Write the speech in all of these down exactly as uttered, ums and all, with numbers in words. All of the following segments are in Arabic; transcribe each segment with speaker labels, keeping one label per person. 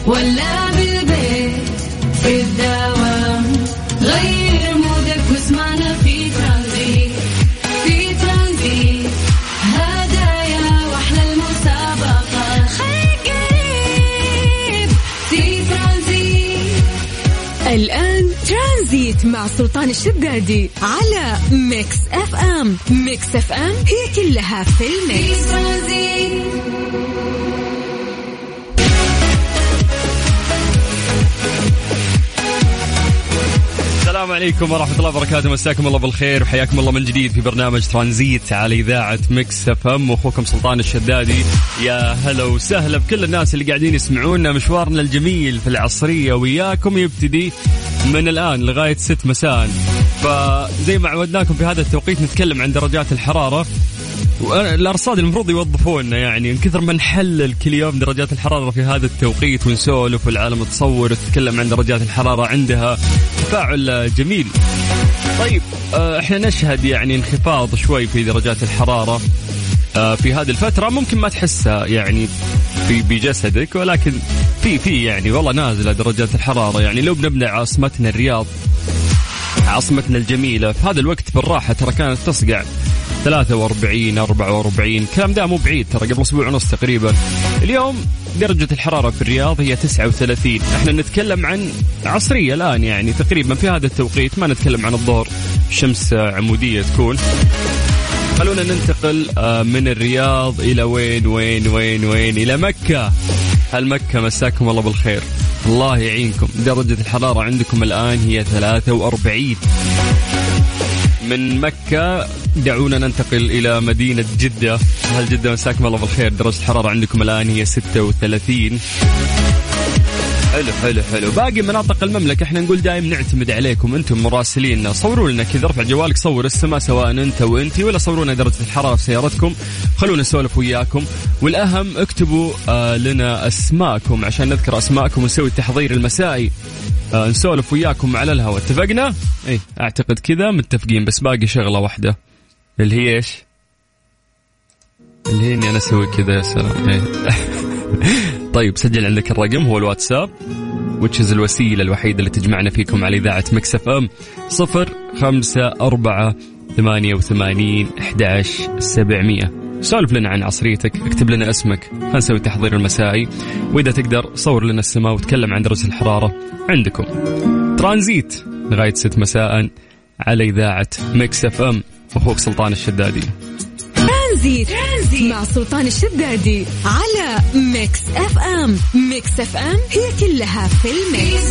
Speaker 1: ولا بالبيت في الدوام، غير مودك واسمعنا في ترانزيت. في ترانزيت هدايا واحلى المسابقة، خليك قريب في ترانزيت.
Speaker 2: الآن ترانزيت مع سلطان الشدادي على ميكس اف ام. ميكس اف ام هي كلها في الميكس.
Speaker 3: السلام عليكم ورحمة الله وبركاته، مساكم الله بالخير وحياكم الله من جديد في برنامج ترانزيت على إذاعة ميكس اف ام، وأخوكم سلطان الشدادي. يا هلا وسهلا بكل الناس اللي قاعدين يسمعونا. مشوارنا الجميل في العصرية وياكم يبتدي من الآن لغاية ست مساء. فزي ما عودناكم في هذا التوقيت نتكلم عن درجات الحرارة، والأرصاد المفروض يوظفونا يعني من كثر ما نحلل كل يوم درجات الحرارة في هذا التوقيت ونسولف والعالم تصور وتتكلم عن درجات الحرارة عندها تفاعل جميل. طيب احنا نشهد يعني انخفاض شوي في درجات الحرارة في هذه الفترة، ممكن ما تحسها يعني في بجسدك، ولكن في في يعني والله نازلة درجات الحرارة. يعني لو بنبنى عاصمتنا الرياض، عاصمتنا الجميلة، في هذا الوقت بالراحة ترى كانت تصقع ثلاثة وأربعين أربعة وأربعين، كلام ده مو بعيد ترى، قبل أسبوع ونص تقريبا. اليوم درجة الحرارة في الرياض هي تسعة وثلاثين. احنا نتكلم عن عصرية الآن يعني تقريبا في هذا التوقيت، ما نتكلم عن الظهر، الشمس عمودية تكون. خلونا ننتقل من الرياض إلى وين وين وين وين إلى مكة. هل مكة مساكم الله بالخير، الله يعينكم. درجة الحرارة عندكم الآن هي ثلاثة وأربعين. من مكة دعونا ننتقل إلى مدينة جدة. هل جدة مساكم الله بالخير، درجة الحرارة عندكم الآن هي ستة وثلاثين. حلو حلو حلو. باقي مناطق المملكة احنا نقول دائم نعتمد عليكم انتم مراسلين، صوروا لنا كذا، ارفع جوالك صور السماء سواء انت وانتي، ولا صورونا درجة الحرارة في سيارتكم، خلونا نسولف وياكم. والأهم اكتبوا آه لنا اسماءكم عشان نذكر اسماءكم ونسوي التحضير المسائي، آه نسولف وياكم على الهواء. اتفقنا؟ ايه اعتقد كذا متفقين. بس باقي شغلة واحدة اللي هي ايش؟ اللي هي اني انا اسوي كذا. يا سلام. ايه طيب سجل عندك الرقم، هو الواتساب which is الوسيلة الوحيدة اللي تجمعنا فيكم على إذاعة ميكس اف ام. صفر خمسة أربعة ثمانية وثمانين أحد عشر سبعمية. سولف لنا عن عصريتك، اكتب لنا اسمك، هنسوي تحضير المسائي، وإذا تقدر صور لنا السماء وتكلم عن درجة الحرارة عندكم. ترانزيت لغاية ست مساء على إذاعة ميكس اف ام، أخوك سلطان الشدادي.
Speaker 2: ترانزيت مع سلطان الشدادي على ميكس اف ام. ميكس اف ام هي كلها في الميكس.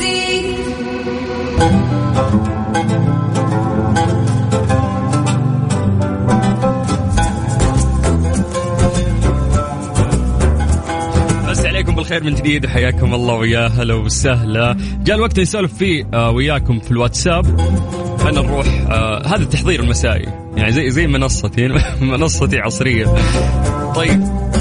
Speaker 3: بس عليكم بالخير من جديد وحياكم الله ويا هلا وسهلا. جاء الوقت نسولف فيه آه وياكم في الواتساب. خلينا نروح آه هذا التحضير المسائي يعني زي زي منصتي منصتي عصرية. طيب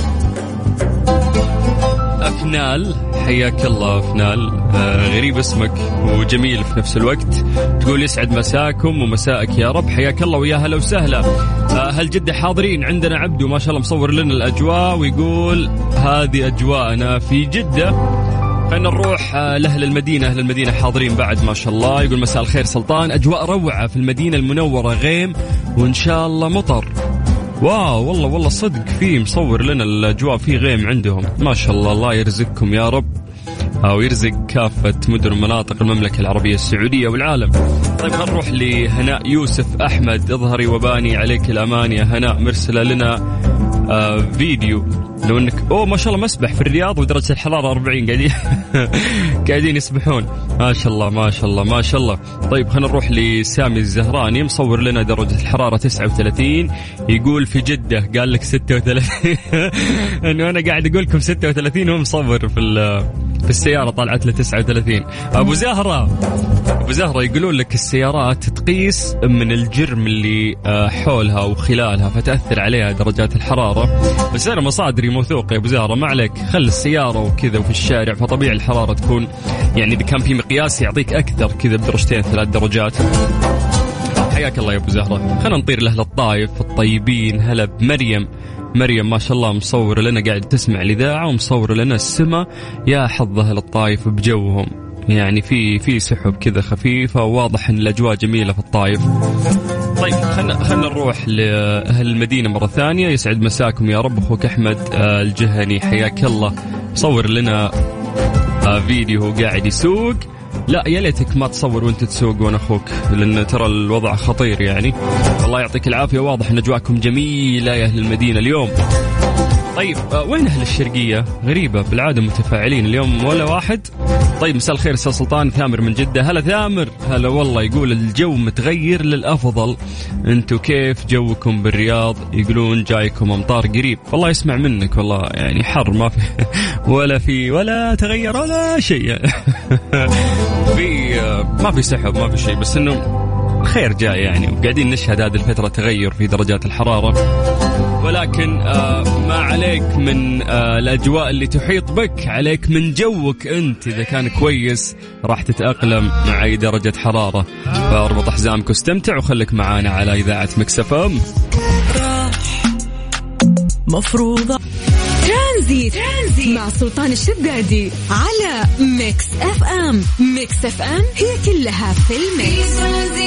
Speaker 3: أفنال، حياك الله أفنال. آه غريب اسمك وجميل في نفس الوقت. تقول يسعد مساكم ومساءك يا رب، حياك الله ويا هلا وسهلا. آه هل جدة حاضرين؟ عندنا عبدو ما شاء الله مصور لنا الأجواء ويقول هذه أجواءنا في جدة. خلينا نروح لأهل المدينة. أهل المدينة حاضرين بعد ما شاء الله. يقول مساء الخير سلطان، أجواء روعة في المدينة المنورة، غيم وإن شاء الله مطر. واو والله والله صدق فيه مصور لنا الأجواء فيه غيم عندهم ما شاء الله. الله يرزقكم يا رب أو يرزق كافة مدن ومناطق المملكة العربية السعودية والعالم. طيب هنروح لهناء يوسف أحمد. اظهري وباني عليك الأمان يا هناء، مرسلة لنا آه فيديو لو انك اوه ما شاء الله مسبح في الرياض ودرجة الحرارة أربعين، قاعدين قاعدين يسبحون ما شاء الله ما شاء الله ما شاء الله. طيب خلينا نروح لسامي الزهراني، مصور لنا درجة الحرارة تسعة وثلاثين. يقول في جدة قال لك ستة وثلاثين انه انا قاعد اقول لكم ستة وثلاثين وهو مصور في في السيارة طلعت له تسعة وثلاثين. ابو زهرة ابو زهرة يقولون لك السيارات تقيس من الجرم اللي حولها وخلالها فتأثر عليها درجات الحرارة، بس انا مصادري موثوق يا ابو زهرة، ما عليك خل السيارة وكذا وفي الشارع، فطبيعي الحرارة تكون يعني اذا كان في مقياس يعطيك اكثر كذا بدرجتين ثلاث درجات. حياك الله يا ابو زهرة. خلينا نطير لاهل الطايف الطيبين. هلا بمريم مريم ما شاء الله مصور لنا قاعد تسمع الإذاعة ومصور لنا السماء. يا حظها للطايف بجوهم، يعني في في سحب كذا خفيفة وواضح ان الأجواء جميلة في الطايف. طيب خلنا خلنا نروح لأهل المدينة مرة ثانية. يسعد مساكم يا رب. أخوك أحمد الجهني حياك الله، صور لنا فيديو هو قاعد يسوق. لا يا ليتك ما تصور وانت تسوق وانا اخوك، لان ترى الوضع خطير يعني. الله يعطيك العافية. واضح ان اجواءكم جميلة يا أهل المدينة اليوم. طيب وين أهل الشرقية؟ غريبة بالعادة متفاعلين، اليوم ولا واحد. طيب مساء الخير أستاذ سلطان. ثامر من جدة. هلا ثامر. هلا والله. يقول الجو متغير للأفضل، انتو كيف جوكم بالرياض؟ يقولون جايكم أمطار قريب. والله يسمع منك والله، يعني حر ما في ولا في ولا تغير ولا شيء في ما في سحب ما في شيء، بس انه خير جاي يعني. وقاعدين نشهد هذه الفترة تغير في درجات الحرارة، ولكن آه ما عليك من آه الأجواء اللي تحيط بك، عليك من جوك أنت. إذا كان كويس راح تتأقلم مع أي درجة حرارة. فاربط حزامك واستمتع وخليك معانا على إذاعة ميكس اف ام.
Speaker 2: مفروضة ترانزيت مع سلطان الشدادي على ميكس اف ام. ميكس اف ام هي كلها في الميكس.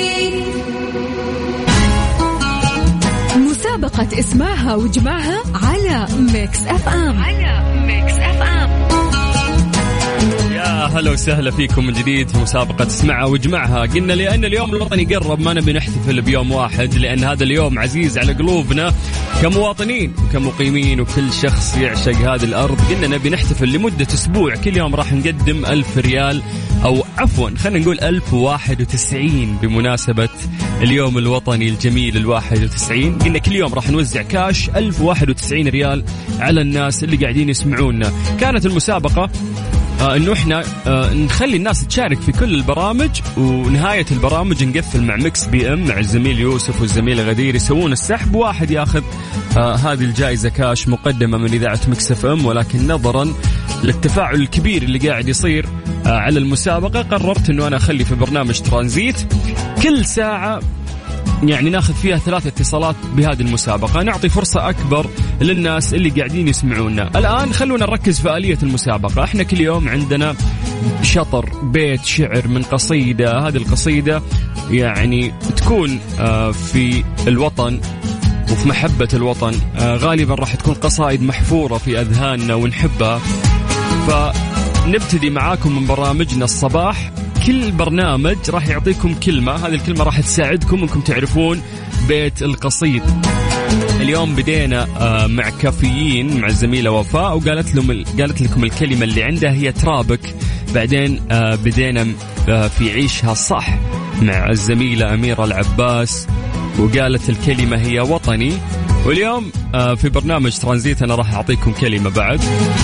Speaker 2: مسابقة اسمعها وجمعها على ميكس اف ام. على ميكس اف ام.
Speaker 3: يا هلا وسهلا فيكم من جديد في مسابقة اسمعها وجمعها. قلنا لأن اليوم الوطني قرب ما نبي نحتفل بيوم واحد، لأن هذا اليوم عزيز على قلوبنا كمواطنين وكمقيمين وكل شخص يعشق هذه الأرض. قلنا نبي نحتفل لمدة أسبوع، كل يوم راح نقدم ألف ريال، أو عفوا خلينا نقول ألف وواحد وتسعين بمناسبة اليوم الوطني الجميل الواحد وتسعين. قلنا كل يوم راح نوزع كاش ألف وواحد وتسعين ريال على الناس اللي قاعدين يسمعونا. كانت المسابقة آه انه احنا آه نخلي الناس تشارك في كل البرامج، ونهاية البرامج نقفل مع ميكس بي ام مع الزميل يوسف والزميل غدير يسوون السحب، واحد ياخذ آه هذه الجائزة كاش مقدمة من إذاعة ميكس اف ام. ولكن نظرا للتفاعل الكبير اللي قاعد يصير آه على المسابقة، قررت انه انا اخلي في برنامج ترانزيت كل ساعة يعني ناخذ فيها ثلاث اتصالات بهذه المسابقة، نعطي فرصة أكبر للناس اللي قاعدين يسمعونا. الآن خلونا نركز في آلية المسابقة. احنا كل يوم عندنا شطر بيت شعر من قصيدة، هذه القصيدة يعني تكون في الوطن وفي محبة الوطن. غالبا راح تكون قصائد محفورة في أذهاننا ونحبها. فنبتدي معاكم من برامجنا الصباح. كل برنامج راح يعطيكم كلمة، هذه الكلمة راح تساعدكم انكم تعرفون بيت القصيد. اليوم بدينا مع كافيين مع الزميلة وفاء، وقالت لهم قالت لكم الكلمة اللي عندها هي ترابك. بعدين بدينا في عيشها صح مع الزميلة أميرة العباس، وقالت الكلمة هي وطني. واليوم في برنامج ترانزيت أنا راح أعطيكم كلمة بعد،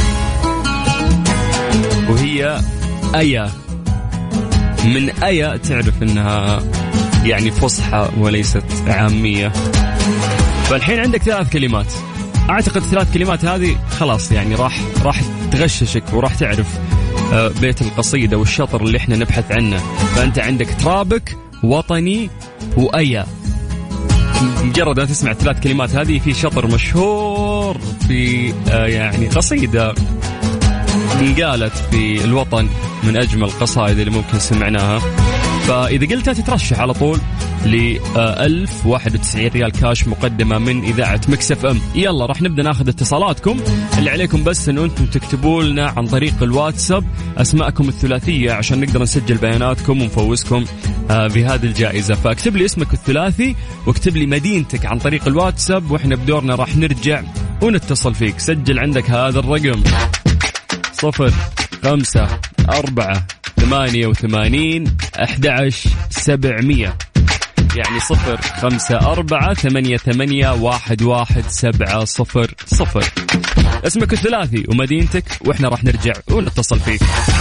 Speaker 3: وهي أيا. من أيا تعرف أنها يعني فصحى وليست عامية. فالحين عندك ثلاث كلمات، أعتقد ثلاث كلمات هذه خلاص يعني راح راح تغششك وراح تعرف بيت القصيدة والشطر اللي احنا نبحث عنه. فأنت عندك ترابك، وطني، وأيا. مجرد أن تسمع ثلاث كلمات هذه في شطر مشهور في يعني قصيدة قالت في الوطن من أجمل القصائد اللي ممكن سمعناها. فإذا قلتها تترشح على طول ل ألف وواحد وتسعين ريال كاش مقدمة من إذاعة ميكس اف ام. يلا راح نبدأ ناخذ اتصالاتكم. اللي عليكم بس أنه أنتم تكتبوا لنا عن طريق الواتساب أسماءكم الثلاثية عشان نقدر نسجل بياناتكم ونفوزكم بهذه الجائزة. فاكتب لي اسمك الثلاثي واكتب لي مدينتك عن طريق الواتساب، وإحنا بدورنا راح نرجع ونتصل فيك. سجل عندك هذا الرقم صفر خمسة أربعة ثمانية وثمانين أحد عشر سبعمية، يعني صفر خمسة أربعة ثمانية ثمانية واحد واحد سبعة صفر صفر. اسمك الثلاثي ومدينتك وإحنا راح نرجع ونتصل فيك.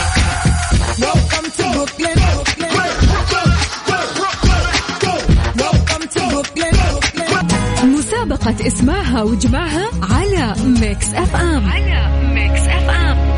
Speaker 2: مسابقة اسمعها وجمعها على ميكس اف ام. على ميكس اف ام.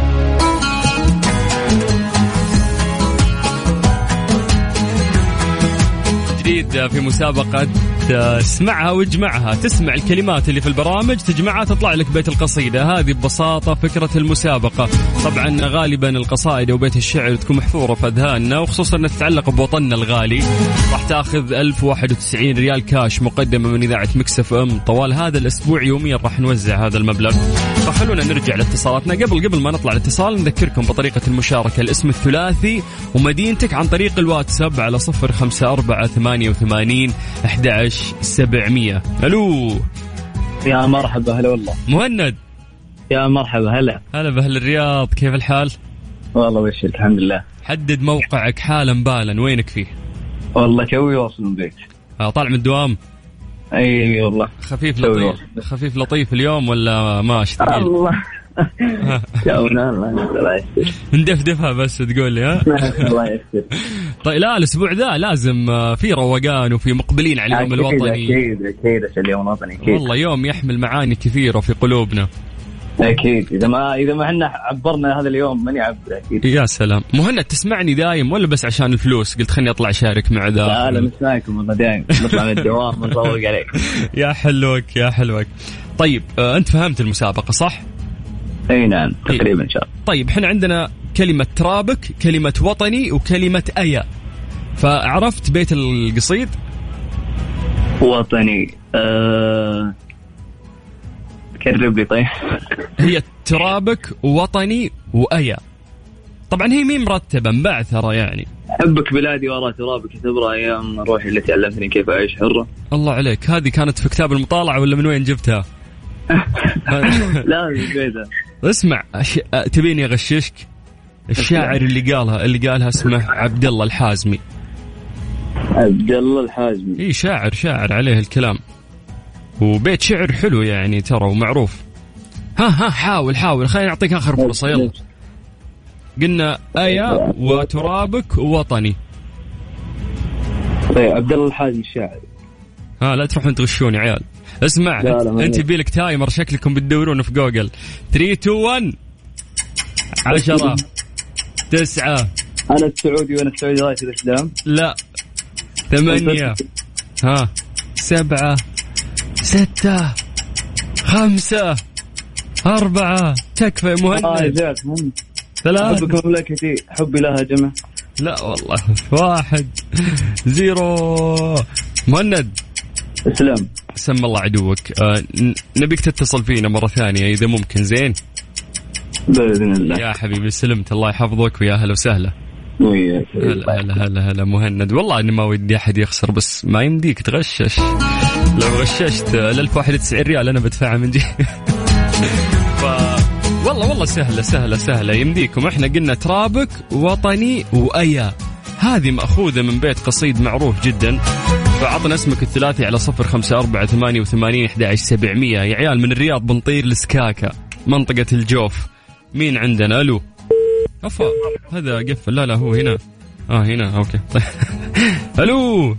Speaker 3: جديد مهند في مسابقة اسمعها واجمعها. تسمع الكلمات اللي في البرامج تجمعها تطلع لك بيت القصيدة. هذه ببساطة فكرة المسابقة. طبعا غالبا القصائد وبيت الشعر تكون محفورة في أذهاننا، وخصوصا أنها تتعلق بوطننا الغالي. راح تاخذ ألف وواحد وتسعين ريال كاش مقدمة من إذاعة ميكس اف ام. طوال هذا الأسبوع يوميا راح نوزع هذا المبلغ. فخلونا نرجع لاتصالاتنا. قبل قبل ما نطلع الاتصال نذكركم بطريقة المشاركة. الاسم الثلاثي ومدينتك عن طريق الواتساب على صفر خمسة أربعة ثمانية وثمانين أحد عشر سبعمية. ألو
Speaker 4: يا مرحبا. هلا والله
Speaker 3: مهند.
Speaker 4: يا مرحبا. هلا
Speaker 3: هلا بأهل الرياض، كيف الحال؟
Speaker 4: والله بشرك الحمد لله.
Speaker 3: حدد موقعك حالا بالا، وينك فيه؟
Speaker 4: والله توي واصل من البيت.
Speaker 3: آه طالع من الدوام؟
Speaker 4: اي والله.
Speaker 3: خفيف لطيف خفيف لطيف اليوم ولا ماشي ثقيل؟
Speaker 4: الله جاونا الله يستر.
Speaker 3: ندفدفها بس تقول لي ها.
Speaker 4: الله يستر.
Speaker 3: طيب لا الأسبوع ذا لازم في روقان وفي مقبلين على اليوم الوطني.
Speaker 4: أكيد أكيد عشان اليوم الوطني أكيد.
Speaker 3: والله يوم يحمل معاني كثيرة في قلوبنا.
Speaker 4: أكيد إذا ما إذا ما إحنا عبرنا هذا اليوم من يعبر أكيد.
Speaker 3: يا سلام. مهند تسمعني دايم ولا بس عشان الفلوس قلت خلني أطلع شارك مع ذا؟
Speaker 4: لا لا نسمعكم والله دايم. نطلع من الدوام ونروق عليك.
Speaker 3: يا حلوك يا حلوك. طيب آه أنت فهمت المسابقة صح؟
Speaker 4: أي نعم تقريبا إن شاء الله.
Speaker 3: طيب إحنا عندنا كلمة ترابك، كلمة وطني، وكلمة أيا. فعرفت بيت القصيد؟
Speaker 4: وطني أه... كرب لي طيب.
Speaker 3: هي ترابك ووطني وأيا. طبعا هي مين مرتبة مبعثرة يعني.
Speaker 4: حبك بلادي وراء ترابك تبرى أيام روحي التي علمتني كيف أعيش حرة.
Speaker 3: الله عليك. هذه كانت في كتاب المطالعة ولا من وين جبتها؟
Speaker 4: لا كذا.
Speaker 3: اسمع أش... تبيني أغششك؟ الشاعر اللي قالها اللي قالها اسمه عبد الله الحازمي.
Speaker 4: عبد الله الحازمي.
Speaker 3: اي شاعر شاعر عليه الكلام، وبيت شعر حلو يعني ترى ومعروف. ها ها حاول حاول خليني أعطيك آخر فرصة يلا. قلنا أيا وترابك ووطني.
Speaker 4: طيب عبد الله الحازمي الشاعر.
Speaker 3: ها لا تروحون تغشوني عيال. اسمع انت بيلك تايمر شكلكم بتدورون في جوجل. ثلاثة اثنين واحد عشرة تسعة.
Speaker 4: أنا السعودي وأنا السعودي رايح الإسلام.
Speaker 3: لا ثمانية. ها سبعة ستة خمسة أربعة. تكفى مهند.
Speaker 4: آه ثلاثة. حبك مملكتي حبي لها جمع.
Speaker 3: لا والله. واحد زيرو. مهند
Speaker 4: اسلام.
Speaker 3: سم الله عدوك. آه نبيك تتصل فينا مرة ثانية إذا ممكن. زين
Speaker 4: بإذن الله
Speaker 3: يا حبيبي. سلمت الله يحفظك ويا هلا وسهلا.
Speaker 4: وياك.
Speaker 3: هلا هلا هلا هلا مهند. والله إني ما ودي أحد يخسر بس ما يمديك تغشش. لو غششت الألف واحد وتسعين ريال أنا بدفعها من جي. ف والله والله سهلة سهلة سهلة يمديكم. إحنا قلنا ترابك وطني وأيا. هذه مأخوذة من بيت قصيد معروف جدا. فعطنا اسمك الثلاثي على صفر خمسة أربعة ثمانية وثمانين أحد عشر سبعمية. يا عيال من الرياض بنطير لسكاكا منطقة الجوف. مين عندنا؟ ألو أفا هذا قفل. لا لا هو هنا. آه هنا أوكي طيب. ألو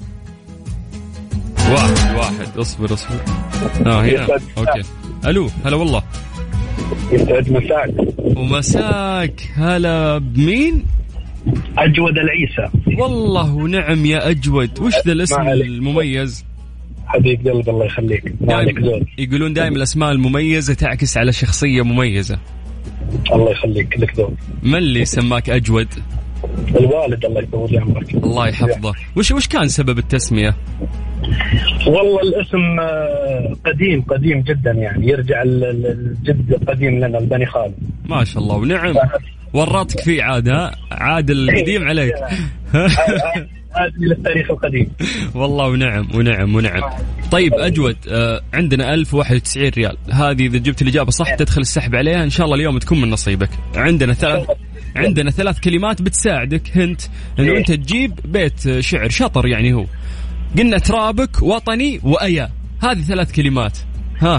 Speaker 3: واحد واحد اصبر اصبر. آه هنا أوكي. ألو هلا والله.
Speaker 5: يسعد مساك.
Speaker 3: ومساك. هلا بمين؟
Speaker 5: أجود العيسى.
Speaker 3: والله ونعم يا أجود. وش ذا الاسم المميز؟
Speaker 5: حبيب قلب الله يخليك.
Speaker 3: يقولون دائما الأسماء المميزة تعكس على شخصية مميزة.
Speaker 5: الله يخليك لك ذوق.
Speaker 3: من اللي سماك أجود؟
Speaker 5: الوالد الله يطول لي عمرك.
Speaker 3: الله يحفظه. وش وش كان سبب التسمية؟
Speaker 5: والله الاسم قديم قديم جدا يعني يرجع الجد قديم لنا البني خالد.
Speaker 3: ما شاء الله ونعم. ورطك فيه عاد. ها عاد القديم عليك.
Speaker 5: هذه للتاريخ القديم.
Speaker 3: والله ونعم ونعم ونعم. طيب أجود آه عندنا ألف وواحد وتسعين ريال. هذه إذا جبت الإجابة صح تدخل السحب عليها إن شاء الله اليوم تكون من نصيبك. عندنا ثلاث عندنا ثلاث كلمات بتساعدك هنت إنه أنت تجيب بيت شعر شطر يعني. هو قلنا ترابك وطني وأيا. هذه ثلاث كلمات. ها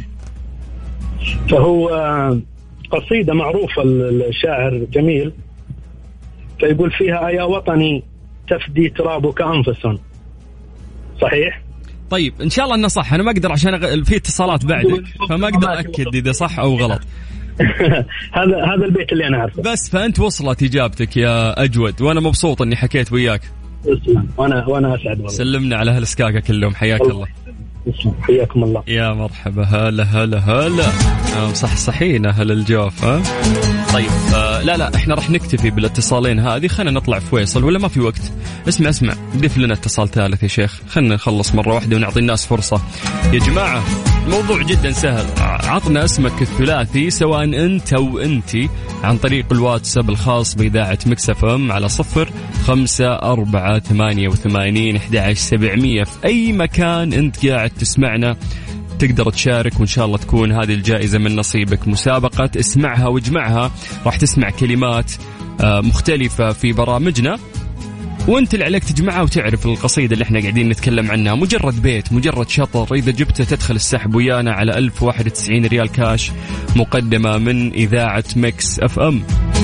Speaker 5: فهو قصيدة معروفة الشاعر جميل فيقول فيها يا وطني تفدي ترابك أنفس. صحيح؟
Speaker 3: طيب إن شاء الله إنه صح. أنا ما أقدر عشان أغ... في اتصالات بعدك فما أقدر أكد إذا صح أو غلط.
Speaker 5: هذا هذا البيت اللي أنا أعرفه.
Speaker 3: بس فأنت وصلت إجابتك يا أجود وأنا مبسوط إني حكيت وياك.
Speaker 5: اسلم. وانا وانا اسعد والله.
Speaker 3: سلمنا على اهل سكاكا كلهم، حياك الله, الله.
Speaker 5: حياكم الله.
Speaker 3: يا مرحبا. هلا هلا هلا صح صحين أهل الجوف. ها طيب آه لا لا احنا راح نكتفي بالاتصالين هذه. خلينا نطلع فيصل ولا ما في وقت؟ اسمع اسمع ضيف لنا اتصال ثالث يا شيخ. خلينا نخلص مرة واحدة ونعطي الناس فرصة. يا جماعة الموضوع جدا سهل. عطنا اسمك الثلاثي سواء انت او انتي عن طريق الواتساب الخاص بإذاعة ميكس اف ام على صفر خمسة أربعة ثمانية وثمانين أحد عشر سبعمية. في أي مكان أنت قاعد تسمعنا تقدر تشارك، وإن شاء الله تكون هذه الجائزة من نصيبك. مسابقة اسمعها واجمعها، راح تسمع كلمات مختلفة في برامجنا، وانت اللي عليك تجمعها وتعرف القصيدة اللي احنا قاعدين نتكلم عنها. مجرد بيت، مجرد شطر، إذا جبته تدخل السحب ويانا على ألف وواحد وتسعين ريال كاش مقدمة من إذاعة ميكس اف ام.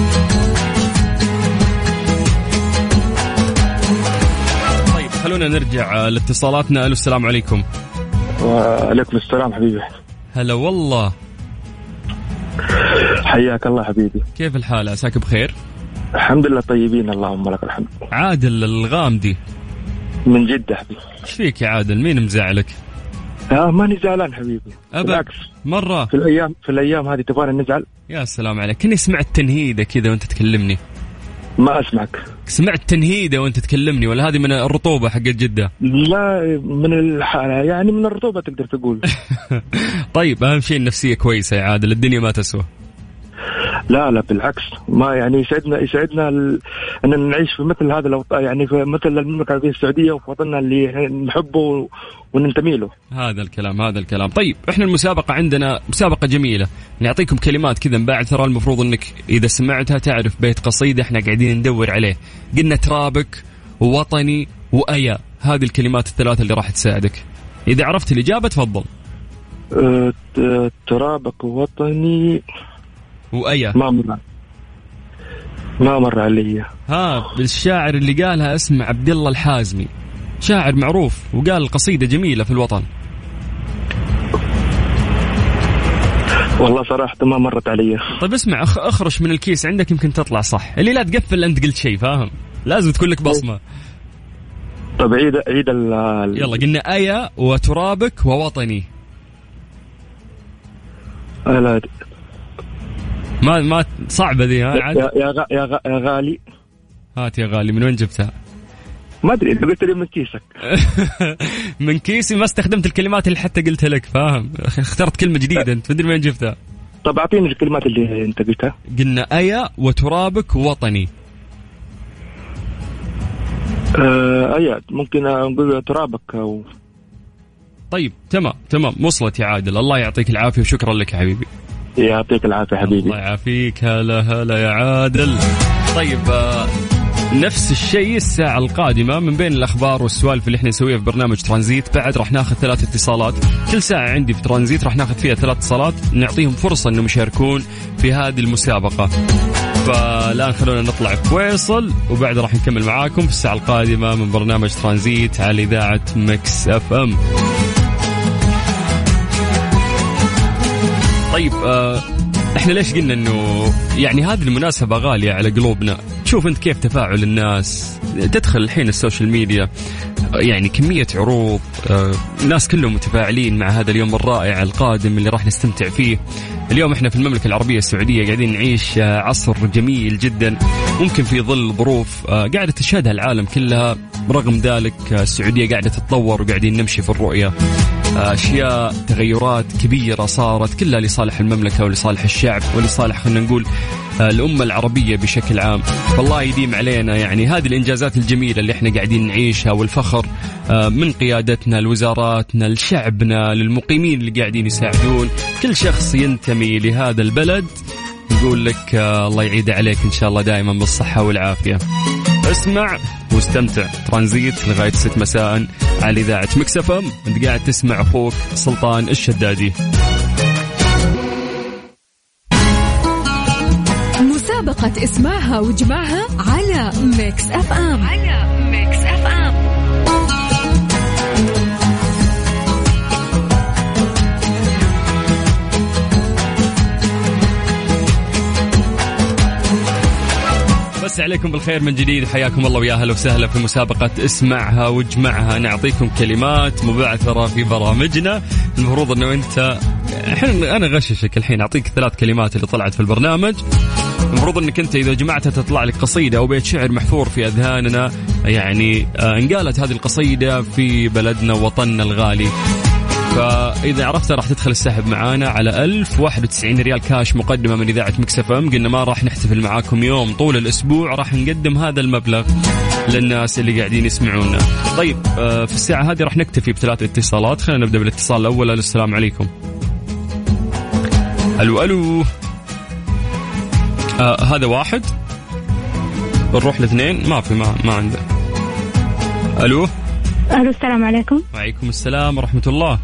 Speaker 3: طيب خلونا نرجع لاتصالاتنا. ألو السلام عليكم.
Speaker 6: وعليكم السلام حبيبي.
Speaker 3: هلا والله.
Speaker 6: حياك الله حبيبي.
Speaker 3: كيف الحال؟ عساك بخير؟
Speaker 6: الحمد لله طيبين اللهم لك الحمد.
Speaker 3: عادل الغامدي
Speaker 6: من جدة حبيبي.
Speaker 3: ايش فيك يا عادل؟ مين مزعلك؟
Speaker 6: آه ماني زعلان حبيبي
Speaker 3: بالعكس مرة.
Speaker 6: في الأيام في الأيام هذه تبغانا نزعل؟
Speaker 3: يا سلام عليك. كني سمعت تنهيدة كذا وانت تكلمني.
Speaker 6: ما أسمعك.
Speaker 3: سمعت تنهيدة وانت تكلمني ولا هذه من الرطوبة حقت جدة؟
Speaker 6: لا من الحالة يعني من الرطوبة تقدر تقول.
Speaker 3: طيب أهم شيء النفسية كويسة يا عادل، الدنيا ما تسوى.
Speaker 6: لا لا بالعكس، ما يعني يسعدنا يسعدنا أن نعيش في مثل هذا لو يعني في مثل المملكة العربية السعودية وفي وطننا اللي نحبه وننتمي له.
Speaker 3: هذا الكلام هذا الكلام. طيب احنا المسابقة عندنا مسابقة جميلة، نعطيكم كلمات كذا من بعد ترى المفروض انك اذا سمعتها تعرف بيت قصيدة احنا قاعدين ندور عليه. قلنا ترابك ووطني وأيا، هذه الكلمات الثلاثة اللي راح تساعدك. اذا عرفت الإجابة تفضل.
Speaker 6: أه ترابك ووطني
Speaker 3: وأيا.
Speaker 6: ما مر ما مر علي.
Speaker 3: ها بالشاعر اللي قالها اسمه عبد الله الحازمي، شاعر معروف وقال قصيدة جميلة في الوطن.
Speaker 6: والله صراحة ما مرت علي.
Speaker 3: طيب اسمع اخرش من الكيس عندك يمكن تطلع صح. اللي لا تقفل أنت قلت شيء فاهم، لازم تكون لك بصمة.
Speaker 6: طيب عيد عيد ال
Speaker 3: يلا. قلنا أيا وترابك ووطني.
Speaker 6: لا
Speaker 3: ما ما صعبة ذي. ها
Speaker 6: يا يا, غ... يا, غ... يا غالي.
Speaker 3: هات يا غالي. من وين جبتها؟
Speaker 6: ما أدري، أنت قلت لي من كيسك.
Speaker 3: من كيسي. ما استخدمت الكلمات اللي حتى قلتها لك فاهم، اخترت كلمة جديدة أنت تدري من وين جبتها.
Speaker 6: طب أعطيني الكلمات اللي أنت قلتها.
Speaker 3: قلنا أيا وترابك ووطني.
Speaker 6: آه أيا ممكن نقول ترابك أو...
Speaker 3: طيب تمام تمام وصلت يا عادل. الله يعطيك العافية وشكرا لك يا حبيبي.
Speaker 6: يعطيك العافية حبيبي.
Speaker 3: الله يعافيك. هلا هلا يا عادل. طيب آه نفس الشيء الساعة القادمة من بين الأخبار والسوالف اللي احنا نسويها في برنامج ترانزيت. بعد راح ناخذ ثلاث اتصالات كل ساعة عندي في ترانزيت، راح ناخذ فيها ثلاث اتصالات نعطيهم فرصة انهم يشاركون في هذه المسابقة. فالآن خلونا نطلع فيصل وبعد راح نكمل معاكم في الساعة القادمة من برنامج ترانزيت على إذاعة ميكس اف ام. طيب آه احنا ليش قلنا انه يعني هذه المناسبة غالية على قلوبنا؟ شوف انت كيف تفاعل الناس. تدخل الحين السوشيال ميديا يعني كمية عروض، آه الناس كلهم متفاعلين مع هذا اليوم الرائع القادم اللي راح نستمتع فيه. اليوم احنا في المملكة العربية السعودية قاعدين نعيش آه عصر جميل جدا، ممكن في ظل ظروف آه قاعدة تشهدها العالم كلها. رغم ذلك آه السعودية قاعدة تتطور وقاعدين نمشي في الرؤية. أشياء تغيرات كبيرة صارت كلها لصالح المملكة ولصالح الشعب ولصالح خلينا نقول الأمة العربية بشكل عام. فالله يديم علينا يعني هذه الإنجازات الجميلة اللي احنا قاعدين نعيشها، والفخر من قيادتنا لوزاراتنا لشعبنا للمقيمين اللي قاعدين يساعدون كل شخص ينتمي لهذا البلد. نقول لك الله يعيد عليك إن شاء الله دائما بالصحة والعافية. اسمع واستمتع. ترانزيت لغاية ست مساء على إذاعة ميكس اف ام. انت قاعد تسمع أخوك سلطان الشدادي.
Speaker 2: مسابقة اسمعها وجمعها على ميكس اف ام. على ميكس اف ام.
Speaker 3: مسي عليكم بالخير من جديد، حياكم الله ويا هلا وسهلا في مسابقة اسمعها واجمعها. نعطيكم كلمات مبعثرة في برامجنا. المفروض انه انت الحين انا غششك الحين اعطيك ثلاث كلمات اللي طلعت في البرنامج. المفروض انك انت اذا جمعتها تطلع لك قصيدة او بيت شعر محفور في اذهاننا، يعني انقالت هذه القصيدة في بلدنا ووطننا الغالي. فإذا عرفتها راح تدخل السحب معانا على ألف وواحد وتسعين ريال كاش مقدمة من إذاعة ميكس إف إم. قلنا ما راح نحتفل معاكم يوم طول الأسبوع، راح نقدم هذا المبلغ للناس اللي قاعدين يسمعونا. طيب آه في الساعة هذه راح نكتفي بثلاث اتصالات. خلينا نبدأ بالاتصال الأول. السلام عليكم. ألو ألو. آه هذا واحد، نروح لاثنين. ما في ما ما عنده. ألو
Speaker 7: ألو السلام عليكم.
Speaker 3: وعليكم السلام ورحمة الله.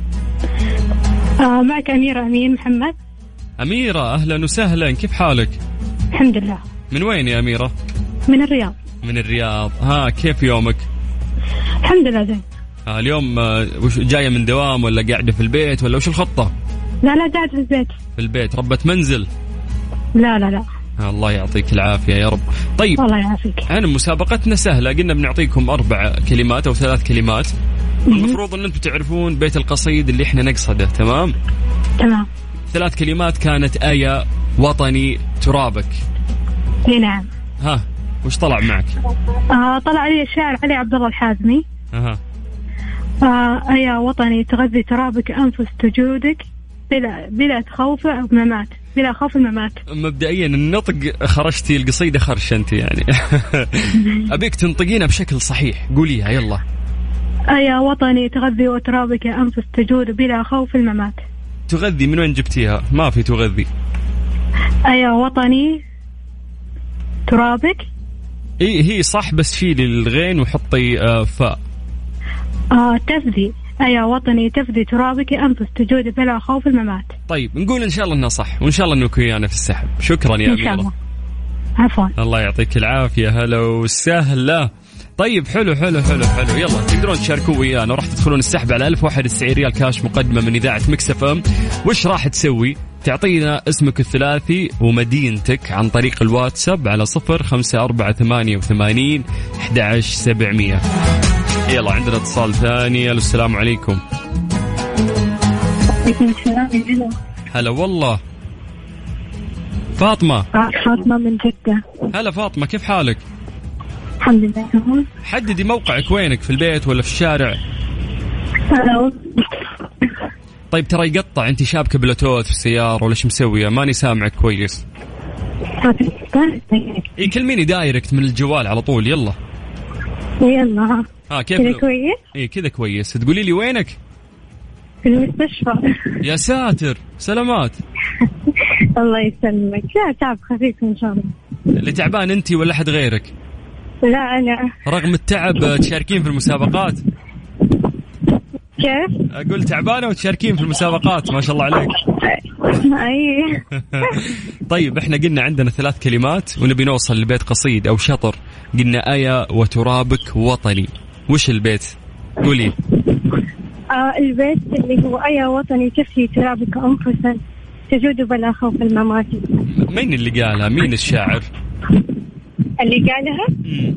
Speaker 7: آه معك أميرة أمين محمد.
Speaker 3: أميرة أهلا وسهلا، كيف حالك؟
Speaker 7: الحمد لله.
Speaker 3: من وين يا أميرة؟
Speaker 7: من الرياض.
Speaker 3: من الرياض. ها كيف يومك؟
Speaker 7: الحمد لله زين.
Speaker 3: آه اليوم آه وش جاية من دوام ولا قاعدة في البيت ولا وش الخطة؟
Speaker 7: لا لا قاعد في البيت.
Speaker 3: في البيت. ربة منزل؟
Speaker 7: لا لا لا.
Speaker 3: آه الله يعطيك العافية يا رب. طيب
Speaker 7: الله يعافيك.
Speaker 3: أنا مسابقتنا سهلة، قلنا بنعطيكم أربع كلمات أو ثلاث كلمات. المفروض أن أنتم تعرفون بيت القصيد اللي إحنا نقصده. تمام؟
Speaker 7: تمام.
Speaker 3: ثلاث كلمات كانت آية وطني ترابك.
Speaker 7: اي نعم.
Speaker 3: ها وش طلع معك؟
Speaker 7: آه طلع لي الشاعر علي عبد الله الحازمي.
Speaker 3: أها.
Speaker 7: آه يا وطني تغذي ترابك أنفس تجودك بلا بلا خوف أو ممات، بلا خوف الممات.
Speaker 3: مبدئيا النطق خرجتي القصيدة خرش أنت يعني. أبيك تنطقينها بشكل صحيح، قوليها يلا.
Speaker 7: يا وطني تغذي وترابك أنفس تجود بلا خوف الممات.
Speaker 3: تغذي من وين جبتيها؟ ما في تغذي.
Speaker 7: يا وطني ترابك.
Speaker 3: إيه هي صح، بس شيلي الغين وحطي آه فاء.
Speaker 7: آه تفدي. يا وطني تفدي ترابك أنفس تجود بلا خوف الممات.
Speaker 3: طيب نقول إن شاء الله إنها صح، وإن شاء الله إنك ويانا في السحب. شكرا يا أميرة. إن شاء الله.
Speaker 7: عفوا.
Speaker 3: الله يعطيك العافية. هلا وسهلا. طيب حلو حلو حلو حلو. يلا تقدرون تشاركوا ويانا وراح تدخلون السحب على ألف وواحد وتسعين ريال كاش مقدمة من إذاعة ميكس إف إم. وش راح تسوي؟ تعطينا اسمك الثلاثي ومدينتك عن طريق الواتساب على صفر خمسة أربعة ثمانية وثمانين أحد عشر سبعمية. يلا عندنا اتصال ثاني. السلام عليكم.
Speaker 7: عليكم السلام.
Speaker 3: هلا والله. فاطمة.
Speaker 7: فاطمة من جدة.
Speaker 3: هلا فاطمة، كيف حالك؟
Speaker 7: الحمد لله تمام.
Speaker 3: حددي موقعك، وينك؟ في البيت ولا في الشارع؟
Speaker 7: ألو.
Speaker 3: طيب ترى يقطع، انت شابكة بلوتوث في السيارة ولا ايش مسوية؟ ماني سامعك كويس. اي كلميني دايركت من الجوال على طول. يلا
Speaker 7: يلا.
Speaker 3: ها كيف
Speaker 7: كذا كويس؟
Speaker 3: اي كذا كويس. تقولي لي وينك؟
Speaker 7: في المستشفى.
Speaker 3: يا ساتر سلامات.
Speaker 7: الله يسلمك. لا تعب خفيف ان شاء الله.
Speaker 3: اللي تعبان انت ولا احد غيرك؟
Speaker 7: لا انا.
Speaker 3: رغم التعب تشاركين في المسابقات؟
Speaker 7: كيف؟
Speaker 3: اقول تعبانه وتشاركين في المسابقات، ما شاء الله عليك.
Speaker 7: اي.
Speaker 3: طيب احنا قلنا عندنا ثلاث كلمات ونبي نوصل لبيت قصيد او شطر. قلنا آية وترابك وطني. وش البيت؟ قولي.
Speaker 7: آه البيت اللي هو آية وطني تفدي ترابك أنفسا تجود بلا خوف الممات.
Speaker 3: مين اللي قالها؟ مين الشاعر
Speaker 7: اللي قالها؟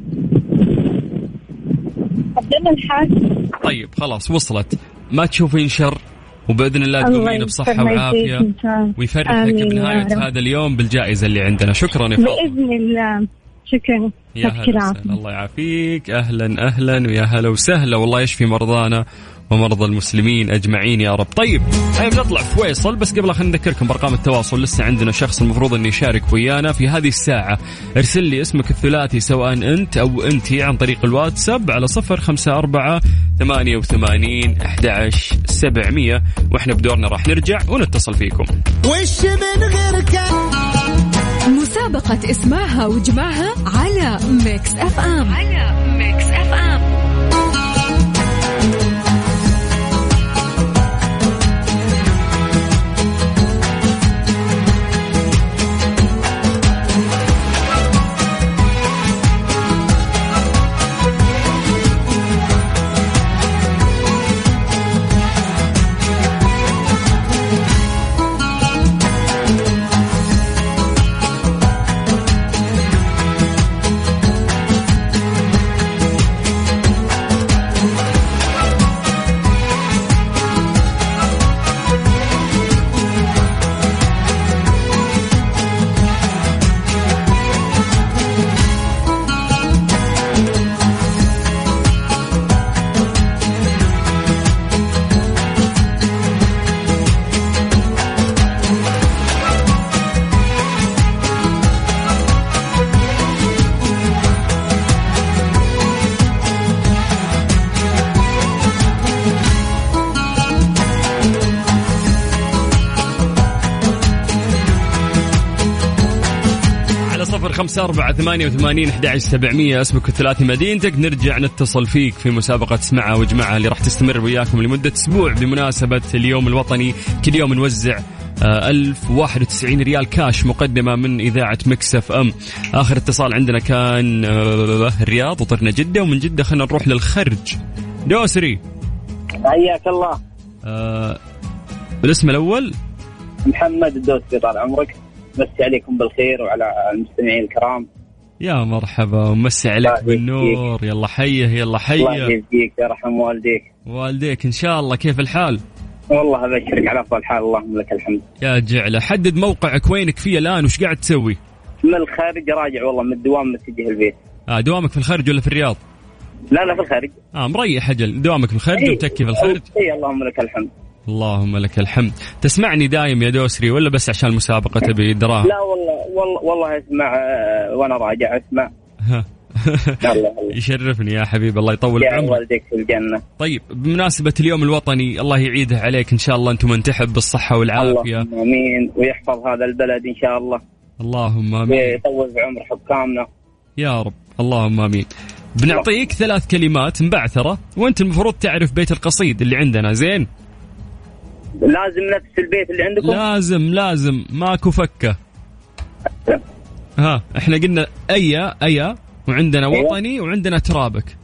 Speaker 7: عبد الله الحازمي.
Speaker 3: طيب خلاص وصلت. ما تشوفين شر، وبإذن الله تقومين بصحة وعافية ويفرحك بنهاية هذا اليوم بالجائزة اللي عندنا. شكرا يا فاطمة.
Speaker 7: بإذن الله. شكرا.
Speaker 3: يا هلا. الله يعافيك. أهلا أهلا ويا هلا وسهلا. والله يشفي مرضانا ومرضى المسلمين أجمعين يا رب. طيب هاي بنطلع فويصل، بس قبل خلينا نذكركم برقم التواصل. لسه عندنا شخص المفروض أن يشارك ويانا في هذه الساعة. ارسل لي اسمك الثلاثي سواء أنت أو أنتي عن طريق الواتساب على صفر خمسة أربعة ثمانية وثمانين أحد عشر سبعمية، وإحنا بدورنا راح نرجع ونتصل فيكم.
Speaker 8: وش من غيرك.
Speaker 2: مسابقة اسمعها وجمعها على ميكس إف إم. على ميكس إف إم.
Speaker 3: صفر خمسة أربعة ثمانية وثمانين أحد عشر سبعمية اسمك الثلاثي مدينتك، نرجع نتصل فيك في مسابقة اسمعها واجمعها اللي راح تستمر وياكم لمدة أسبوع بمناسبة اليوم الوطني. كل يوم نوزع ألف وواحد وتسعين ريال كاش مقدمة من إذاعة ميكس اف ام. آخر اتصال عندنا كان الرياض وطرنا جدة، ومن جدة خلنا نروح للخرج. دوسري
Speaker 9: حياك الله.
Speaker 3: آه الاسم الأول
Speaker 9: محمد الدوسري، طال عمرك، مسي عليكم بالخير وعلى المستمعين الكرام.
Speaker 3: يا مرحبا ومسي عليك بالنور. يلا حيه يلا حيه.
Speaker 9: الله يجزيك يرحم والديك
Speaker 3: والديك إن شاء الله. كيف الحال؟
Speaker 9: والله أبشرك على أفضل حال، اللهم لك الحمد.
Speaker 3: يا جعله، حدد موقعك وينك فيه الآن وش قاعد تسوي؟
Speaker 9: من الخارج راجع والله، من الدوام متجه البيت.
Speaker 3: آه دوامك في الخارج ولا في الرياض؟
Speaker 9: لا لا في الخارج.
Speaker 3: آه مريح أجل، دوامك في الخارج
Speaker 9: إيه.
Speaker 3: وتكي في الخارج.
Speaker 9: إيه اللهم لك الحمد.
Speaker 3: اللهم لك الحمد. تسمعني دايم يا دوسري ولا بس عشان المسابقة تبي دراهم؟
Speaker 9: لا والله والله والله اسمع وأنا راجع اسمع.
Speaker 3: يشرفني يا حبيب، الله يطول بعمرك.
Speaker 9: والديك في الجنة.
Speaker 3: طيب بمناسبة اليوم الوطني الله يعيده عليك إن شاء الله، أنتم منتحب بالصحة والعافية.
Speaker 9: اللهم آمين، ويحفظ هذا البلد إن شاء الله.
Speaker 3: اللهم آمين.
Speaker 9: ويطول بعمر حكامنا
Speaker 3: يا رب. اللهم آمين. بنعطيك ثلاث كلمات مبعثرة وأنت المفروض تعرف بيت القصيد اللي عندنا. زين؟
Speaker 9: لازم نفس البيت اللي عندكم؟
Speaker 3: لازم لازم ماكو فكة. ها احنا قلنا أيا أيا وعندنا وطني وعندنا ترابك.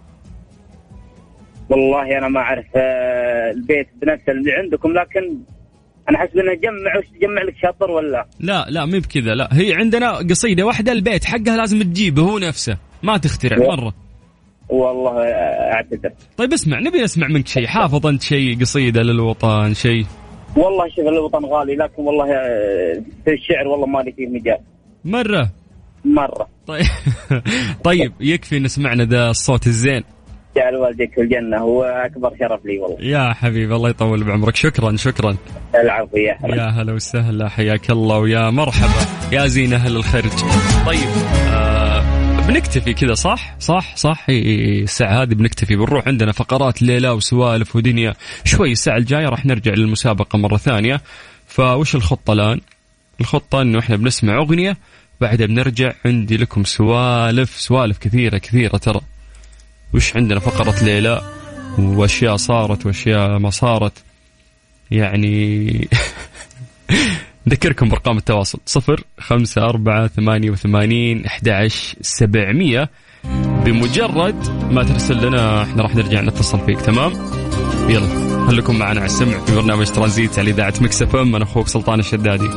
Speaker 9: والله أنا ما أعرف البيت بنفس اللي عندكم، لكن أنا حسب أنه جمع وش تجمع لك شطر ولا؟
Speaker 3: لا لا مي بكذا، لا هي عندنا قصيدة واحدة البيت حقها لازم تجيبه هو نفسه، ما تخترع مرة.
Speaker 9: والله أعتذر.
Speaker 3: طيب اسمع، نبي نسمع منك شيء. حافظ أنت شيء قصيدة للوطن شيء؟
Speaker 9: والله شوف الوطن غالي، لكن والله في الشعر والله ما لي فيه مجال
Speaker 3: مرة
Speaker 9: مرة.
Speaker 3: طيب طيب يكفي نسمعنا ذا الصوت الزين.
Speaker 9: جعل والديك في الجنة هو أكبر شرف لي والله.
Speaker 3: يا حبيبي الله يطول بعمرك. شكرا شكرا.
Speaker 9: العفو يا حبيبي.
Speaker 3: يا هلا وسهلا، حياك الله ويا مرحبا يا زين أهل الخرج. طيب آه بنكتفي كذا صح صح صح الساعة هذه بنكتفي، بنروح عندنا فقرات ليلة وسوالف ودنيا شوي. الساعة الجاية راح نرجع للمسابقة مرة ثانية. فوش الخطة الآن؟ الخطة إنه إحنا بنسمع أغنية بعدها بنرجع عندي لكم سوالف سوالف كثيرة كثيرة ترى. وش عندنا فقرة ليلى وأشياء صارت وأشياء ما صارت يعني. ذكركم برقم التواصل صفر خمسة أربعة ثمانية وثمانين أحد عشر سبعمية. بمجرد ما ترسل لنا احنا راح نرجع نتصل فيك. تمام؟ يلا خليكم معنا على السمع في برنامج ترانزيت على إذاعة ميكس اف ام. أنا أخوك سلطان الشدادي.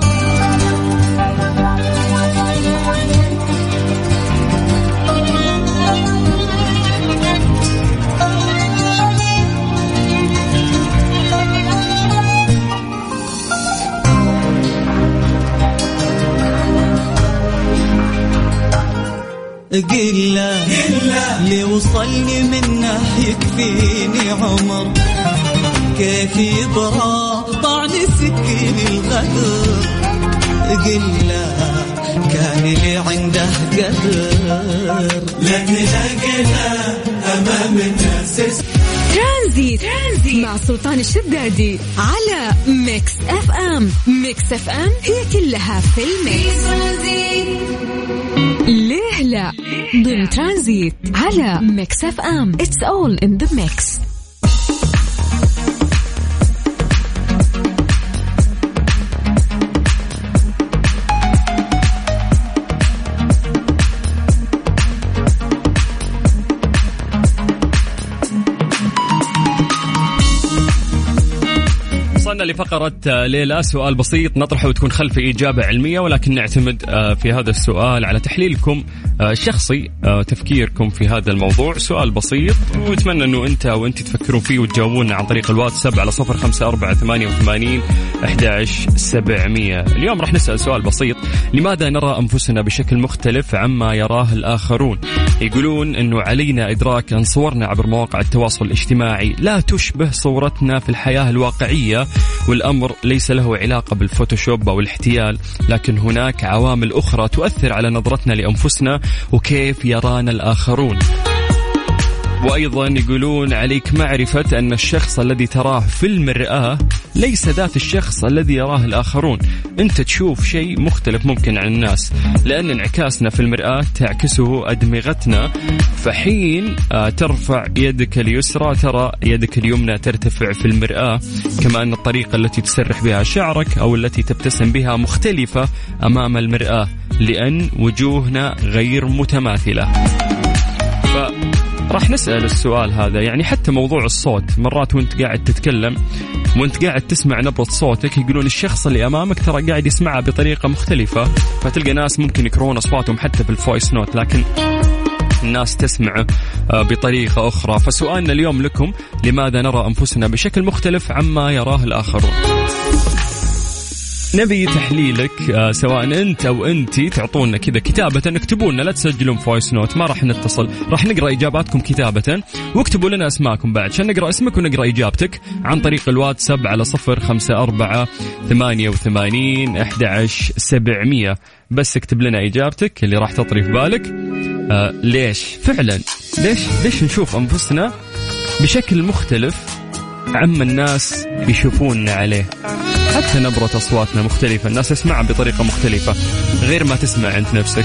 Speaker 8: قله اللي وصلني منه يكفيني عمر، كيف يبرى طعن سكين الغدر. قله كان اللي عنده قدر، لا تلاقينا امام الناس.
Speaker 2: ترانزيت مع سلطان الشدادي على ميكس اف ام. ميكس اف ام هي كلها في الميكس. ليه لا ضمن ترانزيت على ميكس اف ام. It's all in the mix.
Speaker 3: لفقرة ليلى سؤال بسيط نطرحه وتكون خلفه إجابة علمية، ولكن نعتمد في هذا السؤال على تحليلكم الشخصي، تفكيركم في هذا الموضوع. سؤال بسيط واتمنى أنه أنت وأنت تفكرون فيه وتجاوبونا عن طريق الواتساب على صفر خمسة أربعة ثمانية وثمانين أحد عشر سبعمية. اليوم راح نسأل سؤال بسيط: لماذا نرى أنفسنا بشكل مختلف عما يراه الآخرون؟ يقولون أنه علينا إدراك أن صورنا عبر مواقع التواصل الاجتماعي لا تشبه صورتنا في الحياة الواقعية، والأمر ليس له علاقة بالفوتوشوب أو الاحتيال، لكن هناك عوامل أخرى تؤثر على نظرتنا لأنفسنا وكيف يرانا الآخرون. وأيضا يقولون عليك معرفة أن الشخص الذي تراه في المرآة ليس ذات الشخص الذي يراه الآخرون. أنت تشوف شيء مختلف ممكن عن الناس، لأن انعكاسنا في المرآة تعكسه أدمغتنا، فحين ترفع يدك اليسرى ترى يدك اليمنى ترتفع في المرآة، كما أن الطريقة التي تسرح بها شعرك أو التي تبتسم بها مختلفة أمام المرآة، لأن وجوهنا غير متماثلة. فراح نسأل السؤال هذا، يعني حتى موضوع الصوت، مرات وانت قاعد تتكلم وانت قاعد تسمع نبرة صوتك يقولون الشخص اللي أمامك ترى قاعد يسمعها بطريقة مختلفة، فتلقى ناس ممكن يكرهون أصواتهم حتى في الفويس نوت، لكن الناس تسمع بطريقة أخرى. فسؤالنا اليوم لكم، لماذا نرى أنفسنا بشكل مختلف عما يراه الآخرون؟ نبي تحليلك، سواء أنت أو أنتي، تعطونا كذا كتابة، اكتبوا لنا، لا تسجلون فويس نوت، ما راح نتصل، راح نقرأ إجاباتكم كتابة، واكتبوا لنا أسماءكم بعد عشان نقرأ اسمك ونقرأ إجابتك عن طريق الواتساب على صفر خمسة أربعة ثمانية وثمانين أحد عشر سبعمية. بس اكتب لنا إجابتك اللي راح تطري في بالك. آه ليش فعلا ليش ليش نشوف أنفسنا بشكل مختلف عما الناس يشوفوننا عليه؟ حتى نبرة أصواتنا مختلفة، الناس يسمعها بطريقة مختلفة غير ما تسمع أنت نفسك.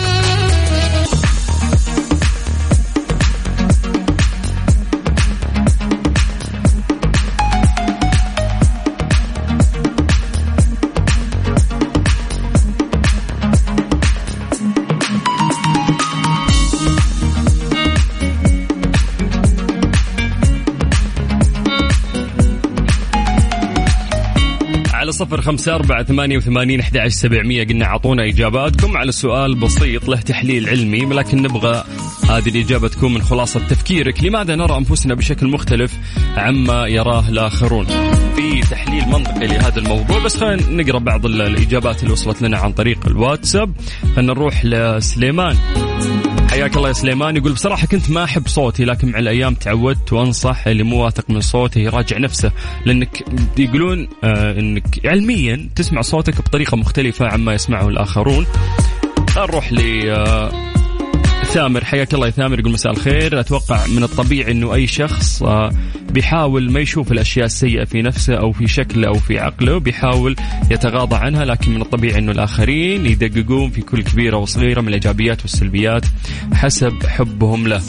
Speaker 3: صفر خمسة أربعة ثمانية وثمانين أحد عشر سبعمية. قلنا عطونا إجاباتكم على سؤال بسيط له تحليل علمي، لكن نبغى هذه الإجابة تكون من خلاصة تفكيرك. لماذا نرى أنفسنا بشكل مختلف عما يراه الآخرون؟ في تحليل منطقي لهذا الموضوع، بس خلينا نقرأ بعض الإجابات اللي وصلت لنا عن طريق الواتساب. خلينا نروح لسليمان. حياك الله يا سليمان. يقول بصراحة كنت ما أحب صوتي، لكن مع الأيام تعودت، وأنصح اللي مو واثق من صوته يراجع نفسه، لأنك يقولون آه أنك علميا تسمع صوتك بطريقة مختلفة عما يسمعه الآخرون. نروح ل آه ثامر. حياك الله يا ثامر. يقول مساء الخير. أتوقع من الطبيعي أنه أي شخص آه بيحاول ما يشوف الأشياء السيئة في نفسه أو في شكله أو في عقله، بيحاول يتغاضى عنها، لكن من الطبيعي أنه الآخرين يدققون في كل كبيرة وصغيرة من الإيجابيات والسلبيات حسب حبهم له.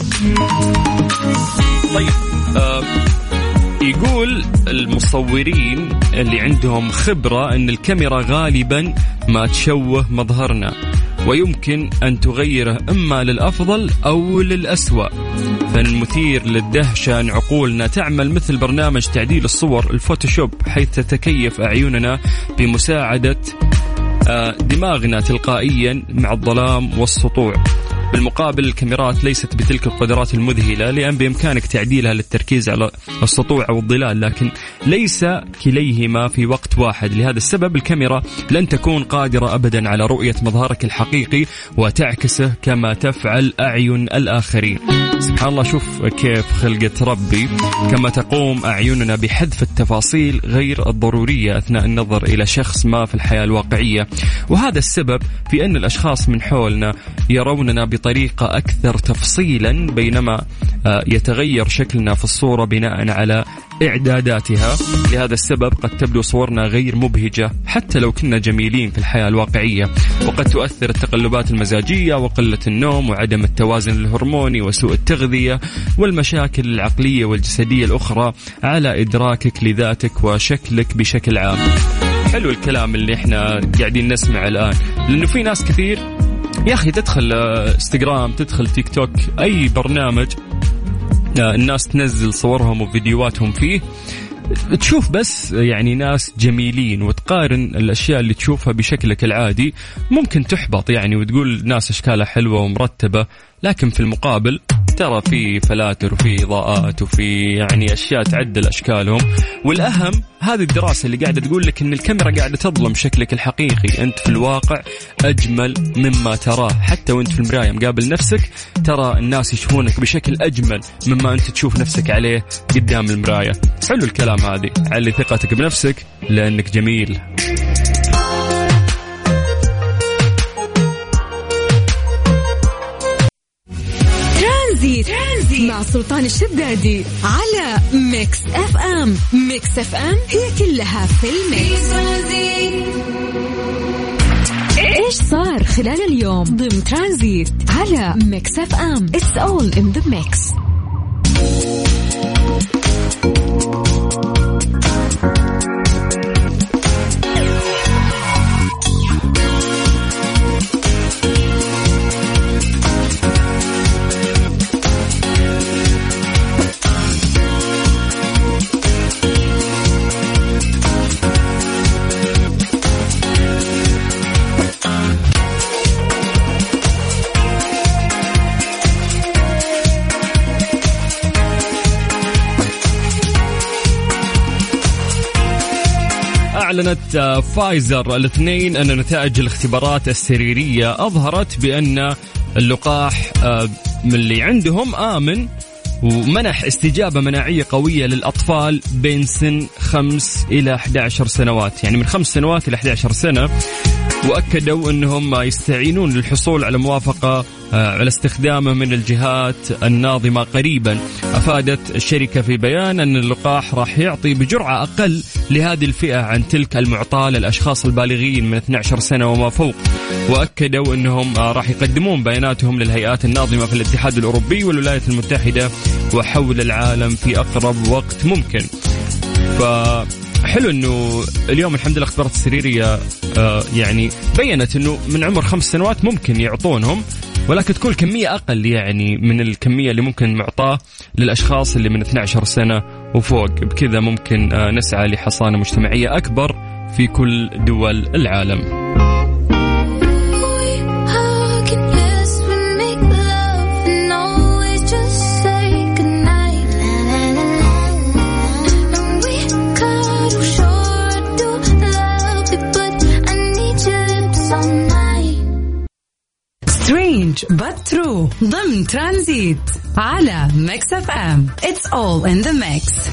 Speaker 3: طيب آه يقول المصورين اللي عندهم خبرة أن الكاميرا غالبا ما تشوه مظهرنا، ويمكن أن تغيره إما للأفضل أو للأسوأ، فالمثير للدهشة أن عقولنا تعمل مثل برنامج تعديل الصور الفوتوشوب، حيث تتكيف أعيننا بمساعدة دماغنا تلقائيا مع الظلام والسطوع. بالمقابل الكاميرات ليست بتلك القدرات المذهلة، لأن بإمكانك تعديلها للتركيز على السطوع أو الظلال، لكن ليس كليهما في وقت واحد. لهذا السبب الكاميرا لن تكون قادرة أبدا على رؤية مظهرك الحقيقي وتعكسه كما تفعل أعين الآخرين. سبحان الله، شوف كيف خلقت ربي، كما تقوم أعيننا بحذف التفاصيل غير الضرورية أثناء النظر إلى شخص ما في الحياة الواقعية، وهذا السبب في أن الأشخاص من حولنا يروننا بطريقة أكثر تفصيلا، بينما يتغير شكلنا في الصورة بناء على إعداداتها. لهذا السبب قد تبدو صورنا غير مبهجة حتى لو كنا جميلين في الحياة الواقعية، وقد تؤثر التقلبات المزاجية وقلة النوم وعدم التوازن الهرموني وسوء التغذية والمشاكل العقلية والجسدية الأخرى على إدراكك لذاتك وشكلك بشكل عام. حلو الكلام اللي احنا قاعدين نسمع الآن، لأنه في ناس كثير يا أخي تدخل انستغرام، تدخل تيك توك، أي برنامج الناس تنزل صورهم وفيديوهاتهم فيه، تشوف بس يعني ناس جميلين، وتقارن الأشياء اللي تشوفها بشكلك العادي، ممكن تحبط يعني وتقول ناس أشكالها حلوة ومرتبة، لكن في المقابل ترى في فلاتر وفي إضاءات وفي يعني أشياء تعدل أشكالهم. والأهم هذه الدراسة اللي قاعدة تقول لك إن الكاميرا قاعدة تظلم شكلك الحقيقي، أنت في الواقع أجمل مما تراه، حتى وأنت في المراية مقابل نفسك ترى الناس يشوفونك بشكل أجمل مما أنت تشوف نفسك عليه قدام المراية. حلو الكلام هذه، علي ثقتك بنفسك لأنك جميل.
Speaker 2: ترانزيت مع سلطان الشدادي على ميكس اف ام. ميكس اف ام هي كلها في الميكس. ايش صار خلال اليوم ضمن ترانزيت على ميكس اف ام. It's all in the mix.
Speaker 3: أعلنت فايزر الاثنين أن نتائج الاختبارات السريرية أظهرت بأن اللقاح من اللي عندهم آمن ومنح استجابة مناعية قوية للأطفال بين سن خمس إلى أحد عشر سنوات، يعني من خمس سنوات إلى أحد عشر سنة. وأكدوا أنهم يستعينون للحصول على موافقة على استخدامه من الجهات الناظمة قريبا. أفادت الشركة في بيان أن اللقاح راح يعطي بجرعة أقل لهذه الفئة عن تلك المعطاة للأشخاص البالغين من اثنتي عشرة سنة وما فوق. وأكدوا أنهم راح يقدمون بياناتهم للهيئات الناظمة في الاتحاد الأوروبي والولايات المتحدة وحول العالم في أقرب وقت ممكن. فحلو أنه اليوم الحمد لله الاختبارات السريرية آه يعني بيّنت أنه من عمر خمس سنوات ممكن يعطونهم، ولكن تكون كمية أقل يعني من الكمية اللي ممكن معطاه للأشخاص اللي من اثنتي عشرة سنة وفوق. بكذا ممكن آه نسعى لحصانة مجتمعية أكبر في كل دول العالم.
Speaker 2: but true ضمن ترانزيت على ميكس اف ام. It's all in the mix.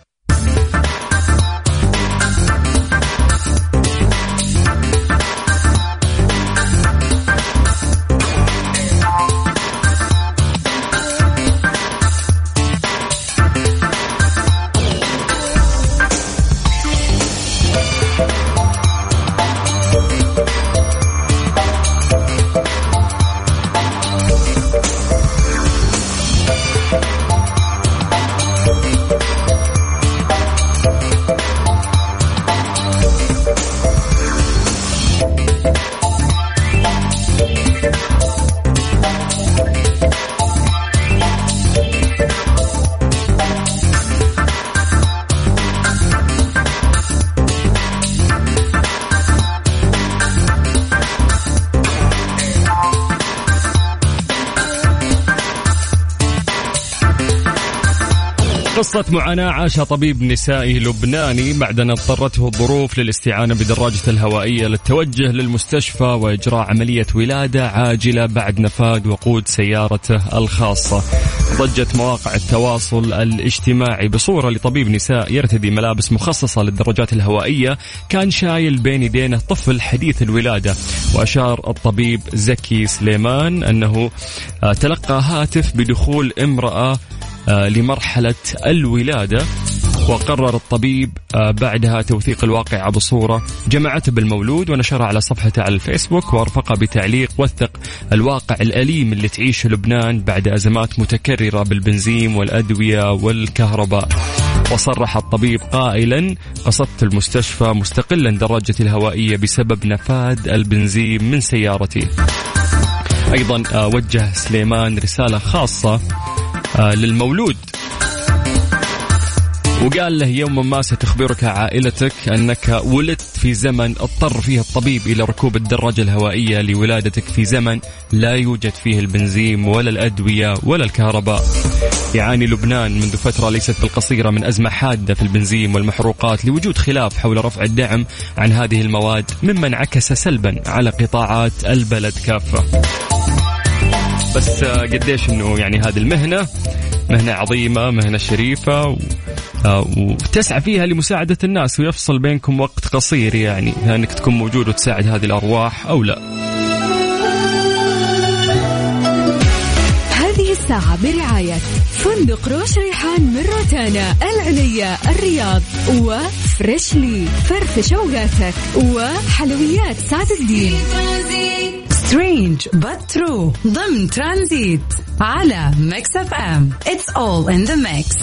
Speaker 3: قصة معاناة عاشها طبيب نسائي لبناني بعد أن اضطرته الظروف للاستعانة بدراجته الهوائية للتوجه للمستشفى وإجراء عملية ولادة عاجلة بعد نفاد وقود سيارته الخاصة. ضجت مواقع التواصل الاجتماعي بصورة لطبيب نساء يرتدي ملابس مخصصة للدراجات الهوائية كان شايل بين يديه طفل حديث الولادة. وأشار الطبيب زكي سليمان أنه تلقى هاتف بدخول امرأة لمرحلة الولادة، وقرر الطبيب بعدها توثيق الواقعة بصورة جمعته بالمولود ونشرها على صفحته على الفيسبوك، وارفقها بتعليق وثق الواقع الأليم اللي تعيشه لبنان بعد أزمات متكررة بالبنزين والأدوية والكهرباء. وصرح الطبيب قائلا: قصدت المستشفى مستقلا دراجتي الهوائية بسبب نفاد البنزين من سيارتي. أيضا وجه سليمان رسالة خاصة للمولود وقال له: يوما ما ستخبرك عائلتك أنك ولدت في زمن اضطر فيه الطبيب إلى ركوب الدراجة الهوائية لولادتك في زمن لا يوجد فيه البنزين ولا الأدوية ولا الكهرباء. يعاني لبنان منذ فترة ليست بالقصيرة من أزمة حادة في البنزين والمحروقات لوجود خلاف حول رفع الدعم عن هذه المواد، مما انعكس سلبا على قطاعات البلد كافة. بس قديش انه يعني هذه المهنة مهنة عظيمة، مهنة شريفة و... وتسعى فيها لمساعدة الناس، ويفصل بينكم وقت قصير يعني انك تكون موجود وتساعد هذه الأرواح أو لا.
Speaker 2: هذه الساعة الساعة برعاية فندق روش ريحان من روتانا، العليا، الرياض، وفريشلي فرفش اوقاتك، وحلويات سعد الدين. سترينج but true ضمن ترانزيت على ميكس اف ام. It's all in the mix.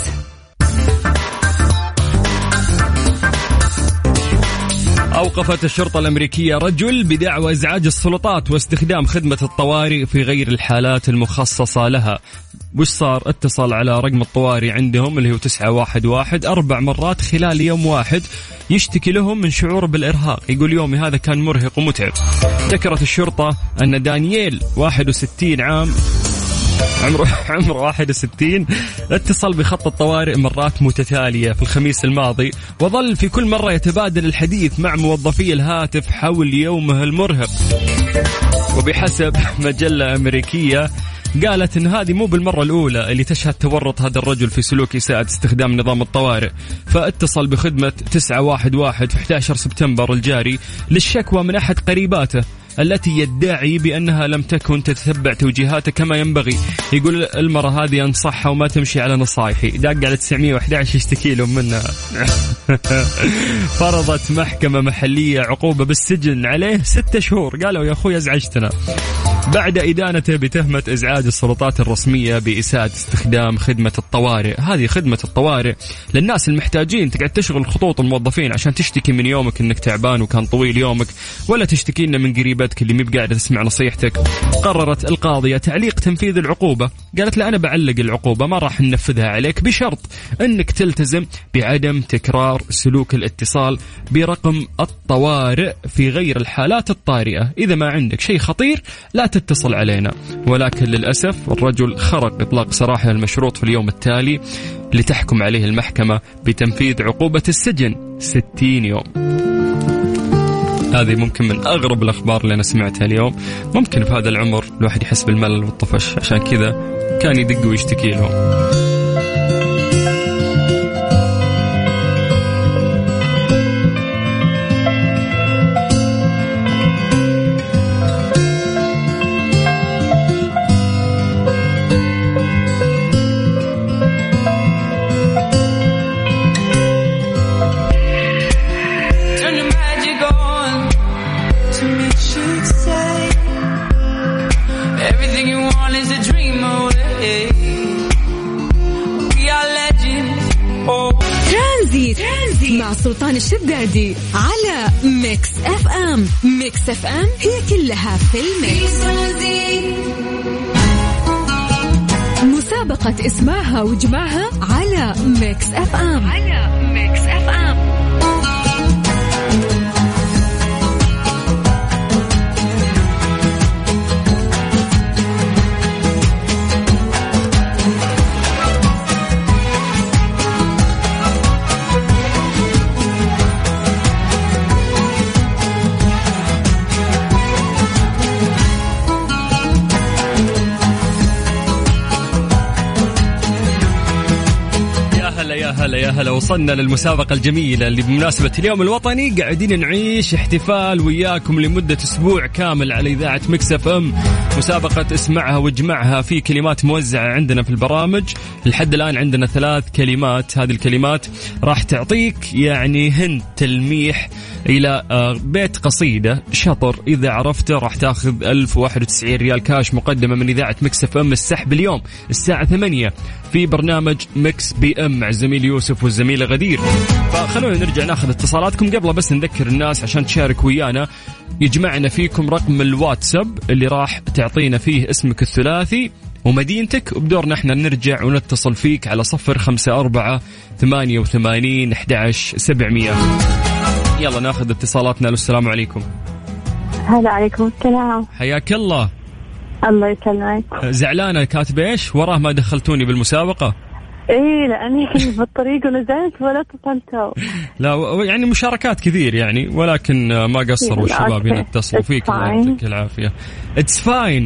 Speaker 3: أوقفت الشرطة الأمريكية رجل بدعوى إزعاج السلطات واستخدام خدمة الطوارئ في غير الحالات المخصصة لها. وش صار؟ اتصل على رقم الطوارئ عندهم اللي هو تسعة واحد واحد أربع مرات خلال يوم واحد، يشتكي لهم من شعور بالإرهاق. يقول يومي هذا كان مرهق ومتعب. ذكرت الشرطة أن دانييل واحد وستين عام عمره عمره واحد وستين اتصل بخط الطوارئ مرات متتالية في الخميس الماضي، وظل في كل مرة يتبادل الحديث مع موظفي الهاتف حول يومه المرهق. وبحسب مجلة أمريكية قالت إن هذه مو بالمرة الأولى اللي تشهد تورط هذا الرجل في سلوك إساءة استخدام نظام الطوارئ. فاتصل بخدمة تسعة واحد واحد في أحد عشر سبتمبر الجاري للشكوى من أحد قريباته التي يدعي بأنها لم تكن تتبع توجيهاته كما ينبغي. يقول المرة هذه أنصحها وما تمشي على نصايحي. داق على تسعمية وأحد عشر يشتكي لهم منها. فرضت محكمة محلية عقوبة بالسجن عليه ستة شهور. قالوا يا أخوي أزعجتنا بعد إدانته بتهمة إزعاج السلطات الرسمية بإساءة استخدام خدمة الطوارئ. هذه خدمة الطوارئ للناس المحتاجين، تقعد تشغل خطوط الموظفين عشان تشتكي من يومك إنك تعبان وكان طويل يومك، ولا تشتكي لنا من قريبتك اللي مي بقاعدة تسمع نصيحتك. قررت القاضية تعليق تنفيذ العقوبة. قالت لا، أنا بعلق العقوبة ما راح ننفذها عليك بشرط إنك تلتزم بعدم تكرار سلوك الاتصال برقم الطوارئ في غير الحالات الطارئة. إذا ما عندك شيء خطير لا تتصل علينا. ولكن للأسف الرجل خرق إطلاق سراحه المشروط في اليوم التالي لتحكم عليه المحكمة بتنفيذ عقوبة السجن ستين يوم. هذه ممكن من أغرب الأخبار اللي أنا سمعتها اليوم. ممكن في هذا العمر الواحد يحس بالملل والطفش، عشان كذا كان يدق ويشتكي لهم.
Speaker 2: مع سلطان الشدادي على ميكس اف ام. ميكس اف ام هي كلها في الميكس. مسابقة اسمعها وجمعها على ميكس اف ام. على ميكس اف ام.
Speaker 3: هلا يا هلا، وصلنا للمسابقة الجميلة اللي بمناسبة اليوم الوطني قاعدين نعيش احتفال وياكم لمدة أسبوع كامل على إذاعة ميكس اف ام. مسابقة اسمعها واجمعها، في كلمات موزعة عندنا في البرامج. لحد الآن عندنا ثلاث كلمات. هذه الكلمات راح تعطيك يعني هند تلميح إلى بيت قصيدة شطر. إذا عرفته راح تاخذ ألف وواحد وتسعين ريال كاش مقدمة من إذاعة ميكس اف ام. السحب اليوم الساعة ثمانية في برنامج ميكس بي ام مع الزميل يوسف والزميلة غدير. فخلونا نرجع ناخذ اتصالاتكم. قبل بس نذكر الناس عشان تشارك ويانا، يجمعنا فيكم رقم الواتساب اللي راح تعطينا فيه اسمك الثلاثي ومدينتك، وبدورنا احنا نرجع ونتصل فيك على صفر خمسة أربعة ثمانية وثمانين أحد عشر سبعمية. يلا ناخذ اتصالاتنا. السلام عليكم.
Speaker 7: هلا عليكم السلام.
Speaker 3: حياك الله.
Speaker 7: الله يسلمك.
Speaker 3: زعلانة كاتبة ايش؟ وراه ما دخلتوني بالمسابقة.
Speaker 7: ايه لاني كنت بالطريق ونزلت ولا اتصلتوا.
Speaker 3: لا يعني مشاركات كثير يعني، ولكن ما قصروا الشباب يتصلوا فيك. الله يعطيك العافية. It's fine.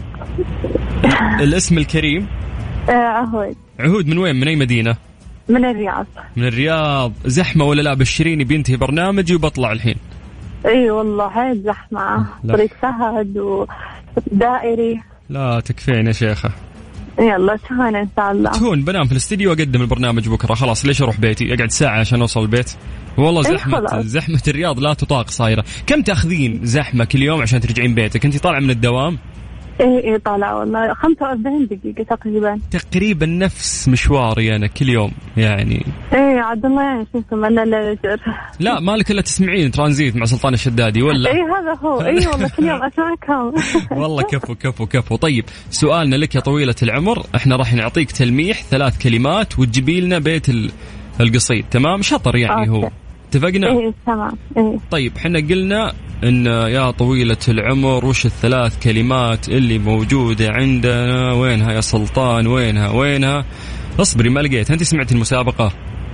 Speaker 3: الاسم الكريم؟
Speaker 7: عهود.
Speaker 3: عهود من وين؟ من أي مدينة؟
Speaker 7: من الرياض.
Speaker 3: من الرياض. زحمة ولا لا؟ بشريني بينتهي برنامجي وبطلع الحين.
Speaker 7: اي والله هاي زحمة، طريق سهل ودائري.
Speaker 3: لا تكفين يا شيخة.
Speaker 7: يلا تهون إن شاء الله.
Speaker 3: تهون بنام في الاستديو وأقدم البرنامج بكرة. خلاص ليش أروح بيتي أقعد ساعة عشان أوصل البيت؟ والله زحمة زحمة الرياض لا تطاق صايرة. كم تأخذين زحمة كل يوم عشان ترجعين بيتك؟ أنت طالعة من الدوام؟
Speaker 7: إيه إيه طالعة والله خمسة وأربعين دقيقة تقريبا.
Speaker 3: تقريبا نفس مشواري أنا كل يوم يعني.
Speaker 7: إيه عبد الله يعني شو اسمه لا
Speaker 3: لا مالك إلا تسمعين ترانزيت مع سلطان الشدادي ولا؟
Speaker 7: إيه هذا هو. إيه والله كل يوم أسمعكم.
Speaker 3: والله كفو كفو كفو. طيب سؤالنا لك يا طويلة العمر، إحنا راح نعطيك تلميح ثلاث كلمات وتجيبي لنا بيت القصيد. تمام؟ شطر يعني. هو اتفقنا؟
Speaker 7: إيه تمام. إيه.
Speaker 3: طيب حنا قلنا إن يا طويلة العمر وش الثلاث كلمات اللي موجودة عندنا؟ وينها يا سلطان؟ وينها وينها؟ اصبري ما لقيت. أنت سمعت المسابقة؟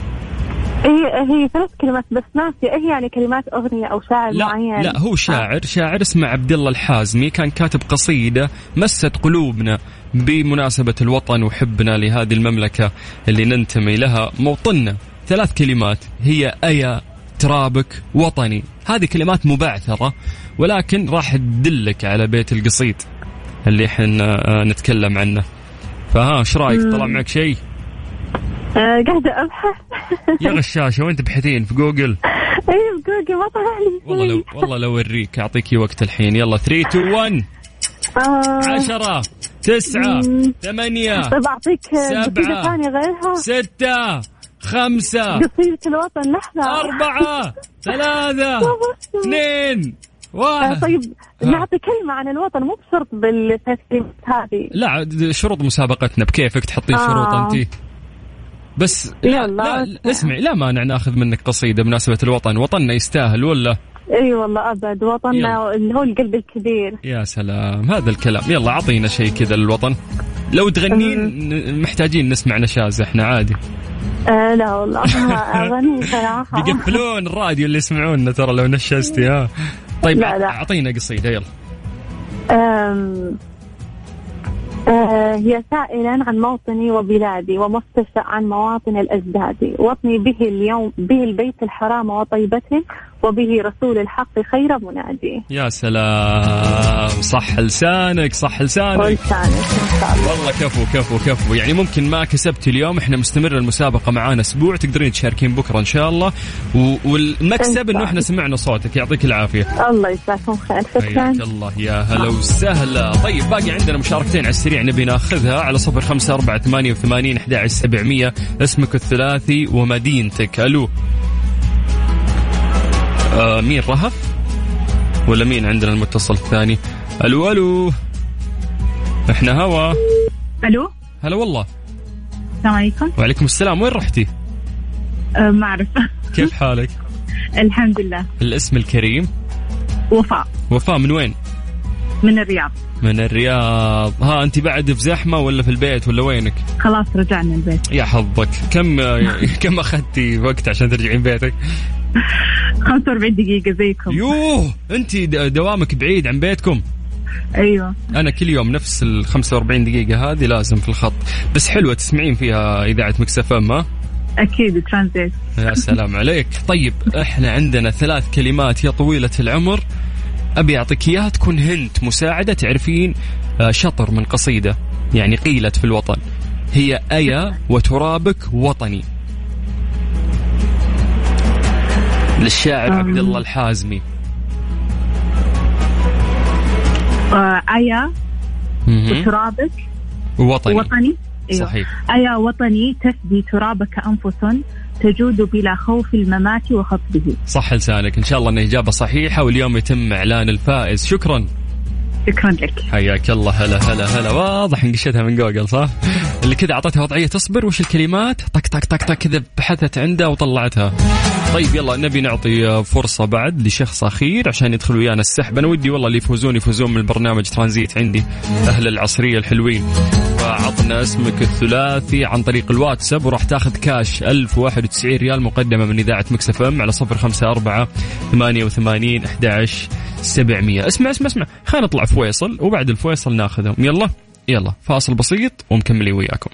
Speaker 7: هي هي ثلاث كلمات بس ناسي. هي يعني كلمات أغنية أو شاعر
Speaker 3: لا
Speaker 7: معين؟
Speaker 3: لا هو شاعر شاعر اسمه عبد الله الحازمي، كان كاتب قصيدة مست قلوبنا بمناسبة الوطن وحبنا لهذه المملكة اللي ننتمي لها، موطننا. ثلاث كلمات هي أيا ترابك وطني. هذه كلمات مبعثرة ولكن راح تدلك على بيت القصيد اللي احنا نتكلم عنه. فها ايش رايك؟ طلع معك شيء؟
Speaker 7: أه قاعدة أبحث.
Speaker 3: يا غشاشة وين تبحثين في جوجل؟
Speaker 7: ايه في جوجل ما طلع لي.
Speaker 3: والله لو والله لو اوريك اعطيكي وقت الحين. يلا ثلاثة اثنين واحد. عشرة تسعة ثمانية
Speaker 7: طيب أعطيك
Speaker 3: سبعة
Speaker 7: ثانية غيرها.
Speaker 3: ستة خمسة
Speaker 7: قصيدة الوطن. لحظة.
Speaker 3: أربعة ثلاثة اثنين واحد.
Speaker 7: طيب نعطي كلمة عن الوطن مو بشرط بالثلاث كلمات هذه.
Speaker 3: لا شروط مسابقتنا بكيفك تحطين
Speaker 7: آه.
Speaker 3: شروط أنتي بس. لا, لا, لا اسمعي لا مانع ناخذ منك قصيدة بمناسبة الوطن. وطننا يستاهل ولا؟
Speaker 7: اي والله ابد وطننا اللي هو القلب الكبير.
Speaker 3: يا سلام هذا الكلام. يلا عطينا شيء كذا للوطن. لو تغنين محتاجين نسمع نشاز احنا عادي.
Speaker 7: آه لا والله اغني صراحه
Speaker 3: بيقفلون الراديو اللي يسمعونا ترى لو نشزتي. ها طيب لا لا. اعطينا قصيدة يلا.
Speaker 7: أم آه هي سائلا عن موطني وبلادي ومستشفى عن مواطن الأجداد. وطني به اليوم به البيت الحرام وطيبته وبه رسول الحق خير منادي.
Speaker 3: يا سلام صح لسانك صح لسانك والله كفو كفو كفو. يعني ممكن ما كسبت اليوم احنا مستمر المسابقة معانا اسبوع تقدرين تشاركين بكرة ان شاء الله. والمكسب انه احنا سمعنا صوتك. يعطيك العافية.
Speaker 7: الله يسعدكم خير. شكرا.
Speaker 3: الله يا هلا وسهلا. طيب باقي عندنا مشاركتين على السريع نبي ناخذها على صفر خمسة أربعة ثمانية وثمانين أحد عشر سبعمية. اسمك الثلاثي ومدينتك. الو آه مين رهف ولا مين عندنا المتصل الثاني؟ الو الو احنا هوا.
Speaker 7: الو
Speaker 3: هلا والله.
Speaker 7: السلام عليكم.
Speaker 3: وعليكم السلام. وين رحتي؟
Speaker 7: أه ما اعرف.
Speaker 3: كيف حالك؟
Speaker 7: الحمد لله.
Speaker 3: الاسم الكريم؟
Speaker 7: وفاء.
Speaker 3: وفاء من وين؟
Speaker 7: من الرياض.
Speaker 3: من الرياض. ها انت بعد في زحمه ولا في البيت ولا وينك؟
Speaker 7: خلاص رجعنا البيت.
Speaker 3: يا حظك. كم كم اخذتي وقت عشان ترجعين بيتك؟
Speaker 7: خمسة وأربعين دقيقة زيكم.
Speaker 3: يوه انت دوامك بعيد عن بيتكم.
Speaker 7: ايوه
Speaker 3: انا كل يوم نفس ال خمسة وأربعين دقيقة هذه لازم في الخط. بس حلوة تسمعين فيها اذاعة مكس اف ام. ها
Speaker 7: اكيد ترانزيت.
Speaker 3: يا سلام عليك. طيب احنا عندنا ثلاث كلمات يا طويلة العمر ابي اعطيك اياها تكون هنت مساعدة تعرفين شطر من قصيدة يعني قيلت في الوطن. هي أيا وترابك وطني للشاعر عبد الله الحازمي.
Speaker 7: آه أيا وترابك
Speaker 3: وطني,
Speaker 7: وطني. أيوة.
Speaker 3: صحيح.
Speaker 7: أيا وطني تفدي ترابك أنفس تجود بلا خوف الممات وخطبه.
Speaker 3: صح لسانك. إن شاء الله أن إجابة صحيحة واليوم يتم إعلان الفائز. شكرا.
Speaker 7: شكرا لك.
Speaker 3: حياك الله. هلا هلا هلا. واضح انقشتها من جوجل صح؟ اللي كذا أعطتها وضعية تصبر وش الكلمات طق طق طق طق كذا بحثت عندها وطلعتها. طيب يلا نبي نعطي فرصة بعد لشخص أخير عشان يدخل ويانا السحب. أنا ودي والله اللي يفوزون يفوزون من البرنامج ترانزيت عندي أهل العصرية الحلوين. فعطنا اسمك الثلاثي عن طريق الواتساب وراح تاخذ كاش ألف وواحد وتسعين ريال مقدمة من إذاعة مكس اف ام على صفر خمسة أربعة ثمانية وثمانين أحد عشر سبعمية. اسمع اسمع اسمع خلينا نطلع فويصل وبعد الفويصل ناخذهم. يلا يلا فاصل بسيط ومكملين وياكم.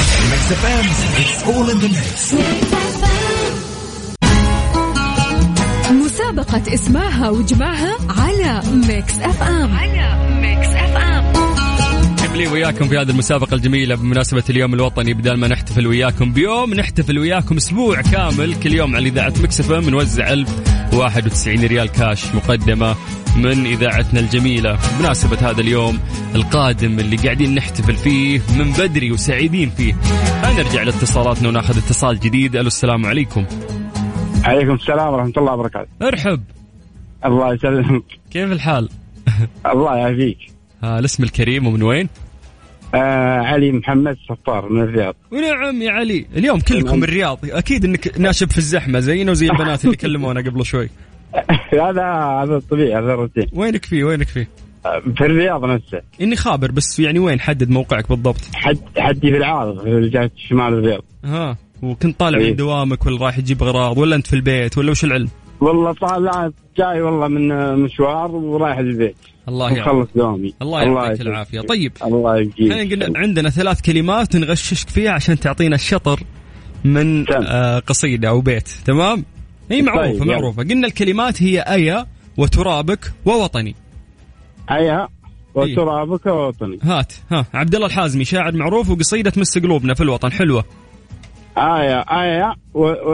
Speaker 2: مسابقة اسمعها وجمعها على ميكس اف ام. على ميكس اف ام.
Speaker 3: نرحب لي وياكم في هذه المسابقة الجميلة بمناسبة اليوم الوطني. بدال ما نحتفل وياكم بيوم نحتفل وياكم أسبوع كامل. كل يوم على إذاعة ميكس إف إم نوزع ألف وواحد وتسعين ريال كاش مقدمة من إذاعتنا الجميلة بمناسبة هذا اليوم القادم اللي قاعدين نحتفل فيه من بدري وسعيدين فيه. هنرجع لاتصالاتنا وناخذ اتصال جديد. ألو السلام عليكم.
Speaker 10: عليكم السلام ورحمة الله وبركاته.
Speaker 3: ارحب.
Speaker 10: الله يسلمك.
Speaker 3: كيف الحال؟
Speaker 10: الله يعافيك.
Speaker 3: ها الاسم الكريم ومن وين؟
Speaker 10: آه علي محمد صفار من الرياض.
Speaker 3: ونعم يا علي، اليوم كلكم من الرياض، أكيد إنك ناشب في الزحمة زينا وزي البنات اللي كلمونا قبل شوي.
Speaker 10: هذا هذا الطبيعي، هذا الروتين.
Speaker 3: وينك فيه؟ وينك فيه؟
Speaker 10: في الرياض نفسه.
Speaker 3: إني خابر، بس يعني وين؟ حدد موقعك بالضبط.
Speaker 10: حد حدي في العارض في جهة شمال الرياض.
Speaker 3: ها وكنت طالع
Speaker 10: إيه؟
Speaker 3: من دوامك ولا رايح تجيب أغراض ولا أنت في البيت ولا وش العلم؟
Speaker 10: والله طالع جاي والله من مشوار ورايح البيت.
Speaker 3: الله يعافيك.
Speaker 10: خلص دوامي.
Speaker 3: الله يعطيك العافية. طيب
Speaker 10: الله يجزيك.
Speaker 3: احنا عندنا ثلاث كلمات نغششك فيها عشان تعطينا الشطر من آه قصيدة أو بيت. تمام؟ هي معروفة. طيب معروفة. قلنا الكلمات هي أيا وترابك ووطني.
Speaker 10: أيا وترابك ووطني.
Speaker 3: هات ها عبد الله الحازمي شاعر معروف وقصيدة تمس قلوبنا في الوطن حلوة.
Speaker 10: آية آية و, و...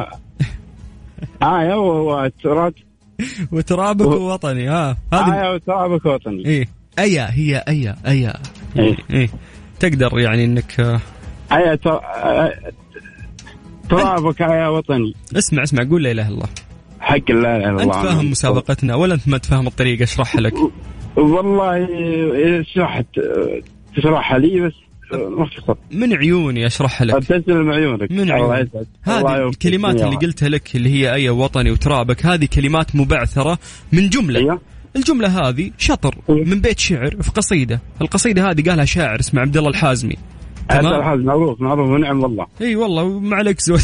Speaker 10: آية وتراب
Speaker 3: وترابك و... ووطني. ها
Speaker 10: هذه آية وترابك ووطني.
Speaker 3: إيه أيا هي أيا أيا إيه, إيه. تقدر يعني إنك
Speaker 10: أيا تر... ترابك آية وطني.
Speaker 3: اسمع اسمع قول لا إله إلا الله.
Speaker 10: حق لا إله إلا الله.
Speaker 3: أنت فاهم مسابقتنا ولا أنت ما تفهم الطريقة؟ أشرحها لك.
Speaker 10: والله شرحت تشرحها لي بس مختصر.
Speaker 3: من عيوني أشرحها لك.
Speaker 10: تسلم عيونك.
Speaker 3: من عيوني. هذه الكلمات اللي قلتها لك اللي هي أي وطني وترابك هذه كلمات مبعثرة من جملة. أيه؟ الجملة هذه شطر من بيت شعر في قصيدة. القصيدة هذه قالها شاعر اسمه عبد الله الحازمي.
Speaker 10: عبد الله الحازمي معروف معروف ونعم والله.
Speaker 3: اي والله ما عليك زود.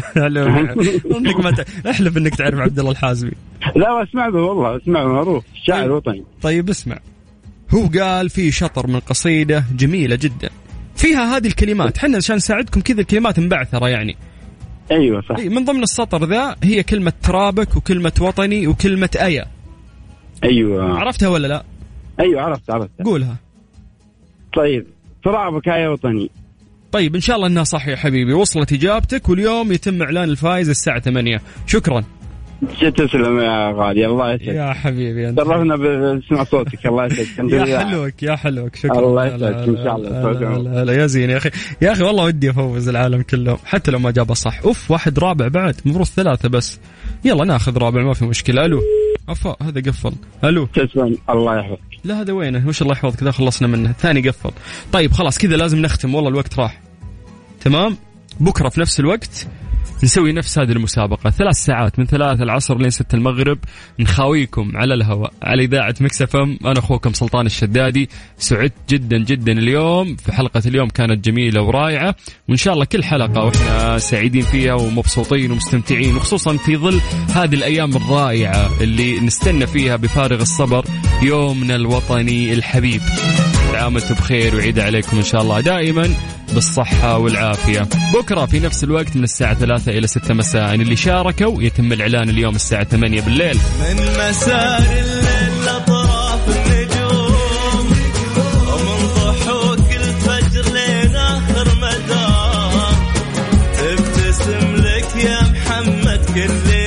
Speaker 3: انك ما ت... احلف انك تعرف عبد الله الحازمي.
Speaker 10: لا اسمع به والله اسمع معروف شاعر طيب. وطني.
Speaker 3: طيب اسمع، هو قال في شطر من قصيدة جميلة جدا فيها هذه الكلمات. حنا عشان نساعدكم كذا الكلمات مبعثرة يعني.
Speaker 10: ايوه صح.
Speaker 3: من ضمن السطر ذا هي كلمة ترابك وكلمة وطني وكلمة أيا.
Speaker 10: ايوه
Speaker 3: عرفتها ولا لا؟
Speaker 10: ايوه عرفت عرفت.
Speaker 3: قولها.
Speaker 10: طيب ترابك أيا وطني.
Speaker 3: طيب إن شاء الله أنها صح يا حبيبي. وصلت إجابتك واليوم يتم إعلان الفائز الساعة ثمانية. شكرا.
Speaker 10: تسلم يا غالي. الله يسعدك
Speaker 3: يا حبيبي.
Speaker 10: شرفنا بسمع صوتك. الله يسعدك.
Speaker 3: يا حلوك يا حلوك. شكرا.
Speaker 10: الله يسعدك إن شاء الله.
Speaker 3: لا يا زين يا أخي. يا أخي والله ودي أفوز العالم كله حتى لو ما جابه صح. أوف واحد رابع بعد مفروض ثلاثة بس. يلا ناخذ رابع ما في مشكلة. ألو أفا هذا قفل. ألو
Speaker 10: تسلم الله يحفظك.
Speaker 3: لا هذا وينه؟ وش الله يحفظك كذا خلصنا منه. ثاني قفل. طيب خلاص كذا لازم نختم والله الوقت راح. تمام. بكرة في نفس الوقت نسوي نفس هذه المسابقة ثلاث ساعات من ثلاثة العصر لين ستة المغرب نخاويكم على الهواء على إذاعة ميكس إف إم. أنا أخوكم سلطان الشدادي. سعدت جدا جدا اليوم في حلقة اليوم كانت جميلة ورائعة وإن شاء الله كل حلقة وإحنا سعيدين فيها ومبسوطين ومستمتعين وخصوصا في ظل هذه الأيام الرائعة اللي نستنى فيها بفارغ الصبر يومنا الوطني الحبيب. عام وانتم بخير وعيد عليكم إن شاء الله دائما بالصحة والعافية. بكرة في نفس الوقت من الساعة ثلاثة إلى ستة مساء اللي شاركوا يتم الإعلان اليوم الساعة ثمانية بالليل.
Speaker 8: من مسار الليل لأطراف النجوم ومن ضحوك الفجر لين آخر مدار تبتسم لك يا محمد كل